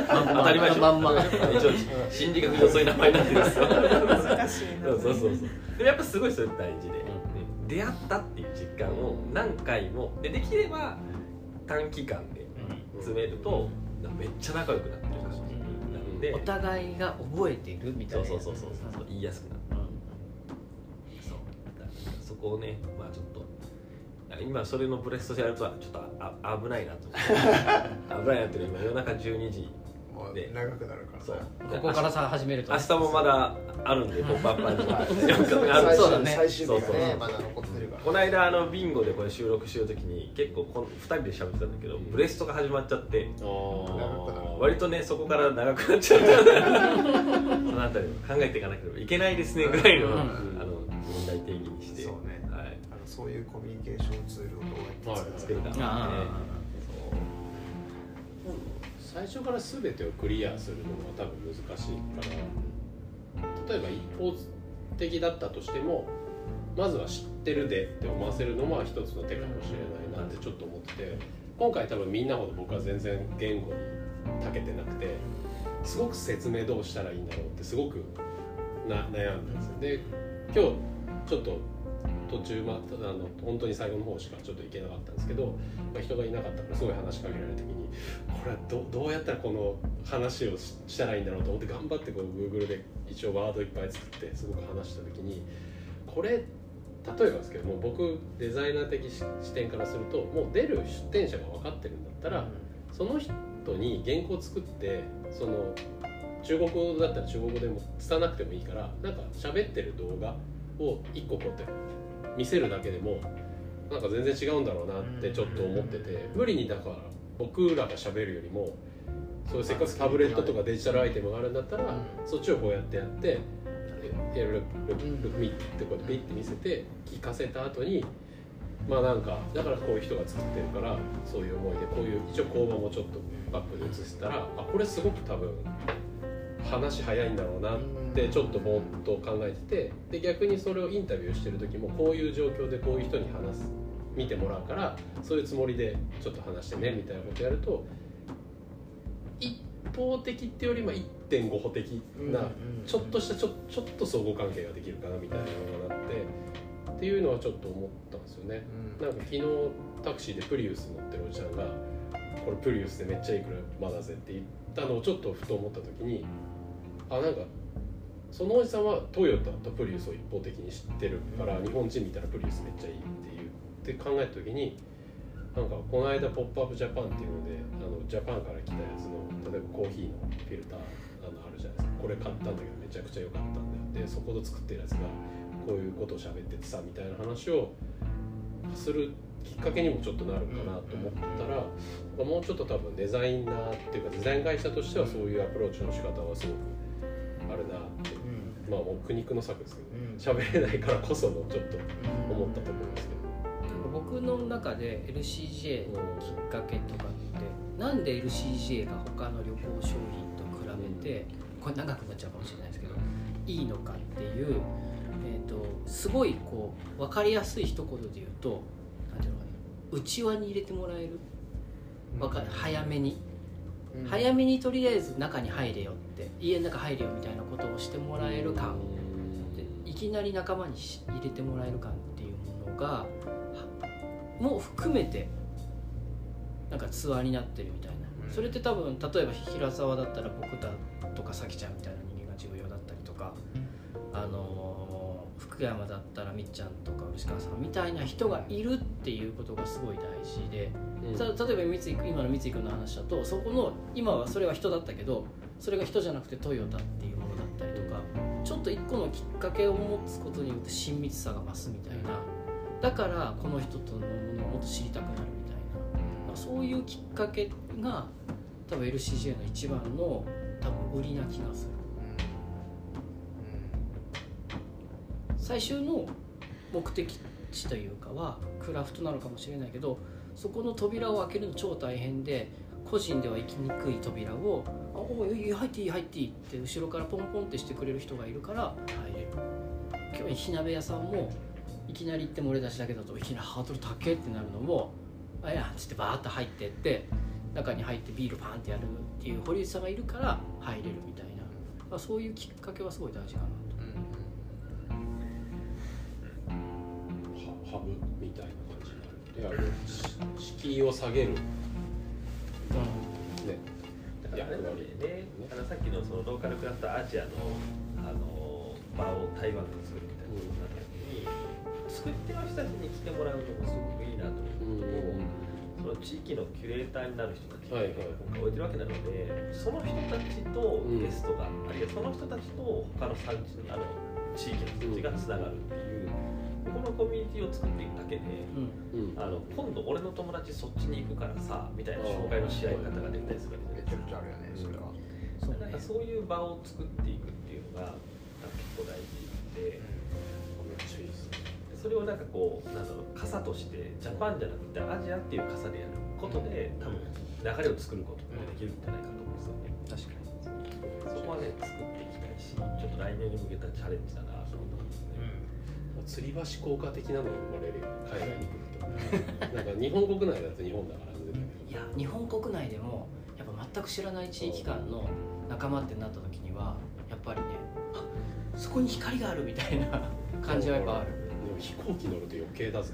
当たり前でしょ、一応心理学上そういう名前になってるんですよ。 難しいな。 そうでもやっぱすごいそれ大事で、出会ったっていう実感を何回もできれば短期間で詰めるとめっちゃ仲良くなってる感じなんで、 お互いが覚えてるみたいな、 そう言いやすくなる、そうだからそこをね、ちょっと今それのブレストでやるとはちょっと危ないなと危ないなっていうのは今夜中12時で長くなるからそうここからさ始めると明日もまだあるんで、ポップアップそうだね、 最終日がねまだ残ってるから。 この間ビンゴでこれ収録してる時に結構2人で喋ってたんだけど、ブレストが始まっちゃって割とねそこから長くなっちゃったそのあたりを考えていかなければいけないですねぐらいの問題定義にして、 そうね、 はい、 そういうコミュニケーションツールをどうやって作るかね。 最初から全てをクリアするのは多分難しいから、例えば一方的だったとしてもまずは知ってるでって思わせるのは一つの手かもしれないなってちょっと思ってて、今回多分みんなほど僕は全然言語に長けてなくて、すごく説明どうしたらいいんだろうってすごく悩んだんですよ。で今日ちょっと途中本当に最後の方しかちょっと行けなかったんですけど、人がいなかったからすごい話しかけられた時に、これはどうやったらこの話をしたらいいんだろうと思って頑張ってGoogle で一応ワードいっぱい作ってすごく話した時に、これ例えばですけども、僕デザイナー的視点からすると、もう出る出展者が分かってるんだったら、その人に原稿作って、その中国語だったら中国語でも伝わなくてもいいから、なんか喋ってる動画を1個こうやって見せるだけでもなんか全然違うんだろうなってちょっと思ってて、無理にだから僕らが喋るよりも、そういうせっかくタブレットとかデジタルアイテムがあるんだったら、そっちをこうやってやってルクミってこうやってピッて見せて聞かせた後に、なんかだからこういう人が作ってるからそういう思いでこういう一応工場もちょっとバックで映せたら、これすごく多分話早いんだろうなってちょっとぼーっと考えてて、で逆にそれをインタビューしてる時もこういう状況でこういう人に見てもらうからそういうつもりでちょっと話してねみたいなことやると、一方的っていうよりも 1.5 歩的なちょっとしたちょっと相互関係ができるかなみたいなのがあってっていうのはちょっと思ったんですよね。なんか昨日タクシーでプリウス乗ってるおじちゃんがこれプリウスでめっちゃいい車だぜって言ったのをちょっとふと思った時に、 なんかそのおじさんはトヨタとプリウスを一方的に知ってるから、日本人見たらプリウスめっちゃいいって考えた時に、なんかこの間ポップアップジャパンっていうのでジャパンから来たやつの例えばコーヒーのフィルターあるじゃないですか。これ買ったんだけどめちゃくちゃ良かったんだよ。でそこで作ってるやつがこういうことを喋っててさみたいな話をするきっかけにもちょっとなるかなと思ったら、もうちょっと多分デザイナーっていうかデザイン会社としてはそういうアプローチの仕方はすごくあるなって、まあもう苦肉の策ですけど、喋れないからこそのちょっと思ったところですけど、 僕の中で LCJ のきっかけとかってなんで LCJ が他の旅行商品と比べてこれ長くなっちゃうかもしれないですけどいいのかっていう、すごいこう分かりやすい一言で言うとなんていうのかね、内輪に入れてもらえる、早めにとりあえず中に入れよって家の中入れよみたいなことをしてもらえる感で、いきなり仲間に入れてもらえる感っていうものがも含めてなんかツアーになってるみたいな、それって多分例えば平沢だったら僕だとか咲ちゃんみたいな人間が重要だったりとか、福山だったらみっちゃんとか牛川さんみたいな人がいるっていうことがすごい大事で、例えば今の三井君の話だとそこの今はそれは人だったけどそれが人じゃなくてトヨタっていうものだったりとか、ちょっと一個のきっかけを持つことによって親密さが増すみたいな、だからこの人とのものをもっと知りたくなるみたいな、そういうきっかけが多分 LCJ の一番の多分売りな気がする。最終の目的地というかはクラフトなのかもしれないけど、そこの扉を開けるの超大変で個人では行きにくい扉を「おい入っていい入っていい」って後ろからポンポンってしてくれる人がいるから入れる。今日火鍋屋さんもいきなり行っても俺出しだけだといきなりハードル高えってなるのも「あいや」っつってバーッと入ってって中に入ってビールパンってやるっていう堀内さんがいるから入れるみたいな、そういうきっかけはすごい大事かなと。 ハブみたいな感じになる。敷居を下げる、ね、 だからあれなんでね、さっきのそのローカルクラフトアジアの場を台湾で作るみたいなことになった時に、作ってる人たちに来てもらうのもすごくいいなと思う。その地域のキュレーターになる人たちが置いてるわけなので、その人たちとゲストが、あるいはその人たちと他の産地の地域の人たちがつながるっていう。このコミュニティを作っていくだけで、今度俺の友達そっちに行くからさみたいな紹介のし合い方が出たりするわけですよ。めちゃくちゃあるよね、それは。なんかそういう場を作っていくっていうのが結構大事で、めっちゃいいですね。それをなんかこう傘としてジャパンじゃなくてアジアっていう傘でやることで多分流れを作ることもできるんじゃないかと思うんですよね。確かに。そこはね作っていきたいし、ちょっと来年に向けたチャレンジだなと思ってますね。 吊り橋効果的なのが生まれるよね、海外に来ると。なんか日本国内だと日本だからね。 いや日本国内でもやっぱ全く知らない地域間の仲間ってなった時にはやっぱりね、そこに光があるみたいな感じはやっぱある。 でも飛行機乗ると余計だぜ。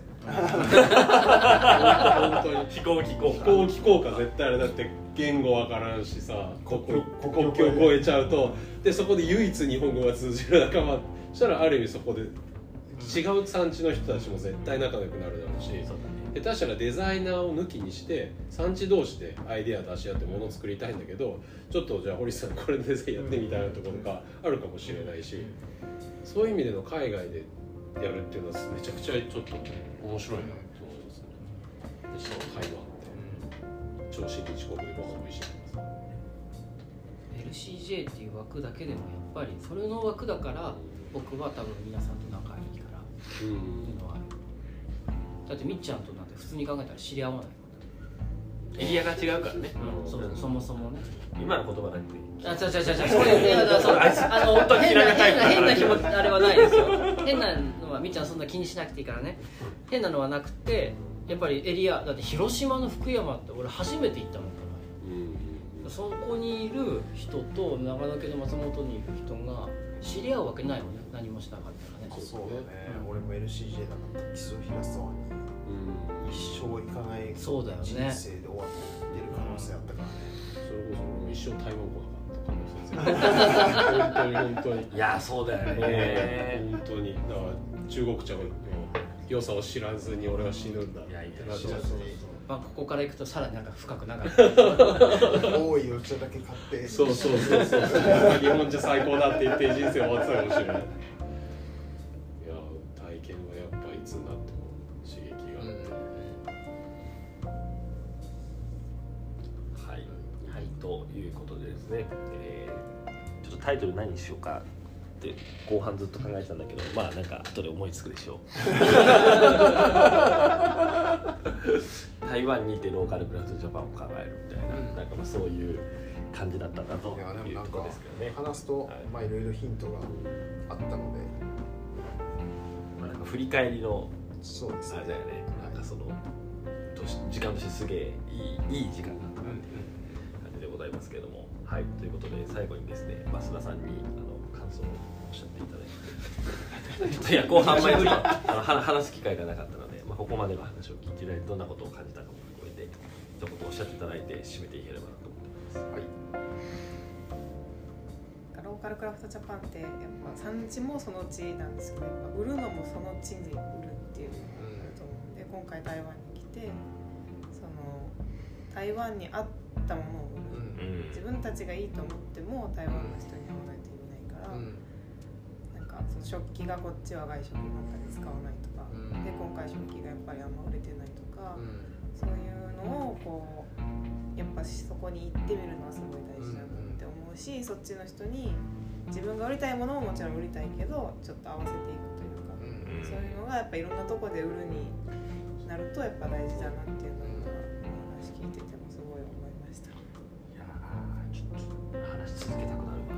本当に飛行機効果絶対あれだって、言語わからんしさ、国境を越えちゃうと、でそこで唯一日本語が通じる仲間したらある意味そこで違う産地の人たちも絶対仲良くなるだろうし、下手したらデザイナーを抜きにして産地同士でアイデア出し合ってものを作りたいんだけど、ちょっとじゃあ堀さんこれデザインやってみたいなところがあるかもしれないし、そういう意味での海外でやるっていうのはめちゃくちゃちょっと面白いなと思いますね。でしかも台湾って超親日国でご飯も一緒に LCJ っていう枠だけでもやっぱりそれの枠だから僕は多分皆さんと仲いいからっていうのはある。だってみっちゃんとなんて普通に考えたら知り合わないもん。 エリアが違うからね。 そもそもね。 今の言葉だけで。 そういう本当に変な気持ちあれはないですよ。変なのはみっちゃんそんな気にしなくていいからね。変なのはなくて、やっぱりエリアだって広島の福山って俺初めて行ったもんから。そこにいる人と長野県の松本にいる人が知り合うわけないよね。何もしなかったらね。 そうだね。俺も LCJ だから木曽平沢に一生行かないそうだよね。 人生で終わってる可能性あったからね。 それこそ俺も一生台湾来なかった可能性本当にいやそうだよね本当にだから中国茶の良さを知らずに俺は死ぬんだってなっちゃう。 まあここからいくとさらになんか深くなかった多いお茶だけ買ってそう日本茶最高だって言って人生終わってたかもしれない。いや体験はやっぱいつになっても刺激があって、 はい、ということでですね、ちょっとタイトル何にしようかって後半ずっと考えてたんだけど、まあなんか後で思いつくでしょう台湾にいてローカルクラフトジャパンを考えるみたいな、なんかまあそういう感じだったんだというところですけどね。 話すと、まあいろいろヒントがあったので、 まあなんか振り返りのそうですね、 あれだよね、なんかその時間としてすげえいい時間だったなっていう感じでございますけれども、はい、ということで最後にですね、増田さんに感想をおっしゃっていただいてちょっといや後半あんまり話す機会がなかったので、まあ、ここまでの話を聞いていただいてどんなことを感じたかも含めて一言おっしゃっていただいて締めていければなと思ってます。はい、 ローカルクラフトジャパンってやっぱ産地もその地なんですけど、やっぱ売るのもその地に売るっていうのがあると思うんで、今回台湾に来てその台湾に合ったものを売る、自分たちがいいと思っても台湾の人に合わないと意味ないから、なんかその食器がこっちは外食ばっかり使わないとか、で今回食器がやっぱりあんま売れてないとか、そういうのをこうやっぱそこに行ってみるのはすごい大事だなって思うし、そっちの人に自分が売りたいものももちろん売りたいけどちょっと合わせていくというか、そういうのがやっぱいろんなとこで売るになるとやっぱ大事だなっていうのが話聞いててもすごい思いました。いやちょっと話し続けたくなる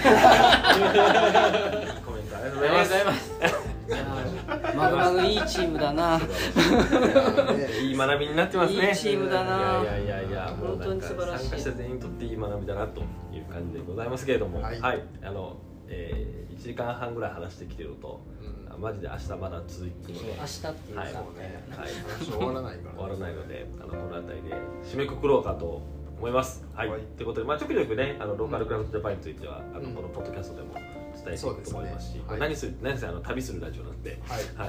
わコメントありがとうございます。 マグマグいいチームだな。 いい学びになってますね。 いいチームだな。 いやもうなんか参加した全員にとっていい学びだなという感じでございますけれども、はい、1時間半ぐらい話してきてると、マジで明日まだ続くので、 明日っていうか、 終わらないから、 終わらないのでこの辺りで締めくくろうかと思います。はい。ということで、まあちょくちょくね、ローカルクラフトジャパンについてはこのポッドキャストでも伝えていくと思いますし、何せ旅するラジオなんで、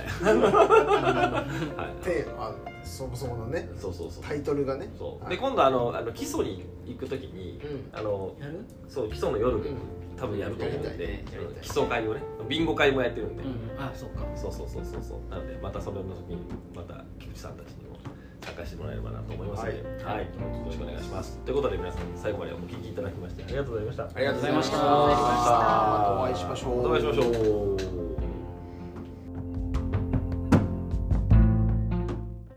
そもそものね、 そうタイトルがね。 で今度基礎に行くときにそう基礎の夜多分やると思うんで、基礎会をね、ビンゴ会もやってるんで、 あ、そうか、 そうなんでまたそれの時にまた菊池さんたちにも参加してもらえればなと思いますので、はい、よろしくお願いします。ということで皆さん最後までお聞きいただきましてありがとうございました。 ありがとうございました。 またお会いしましょう。 お会いしましょう。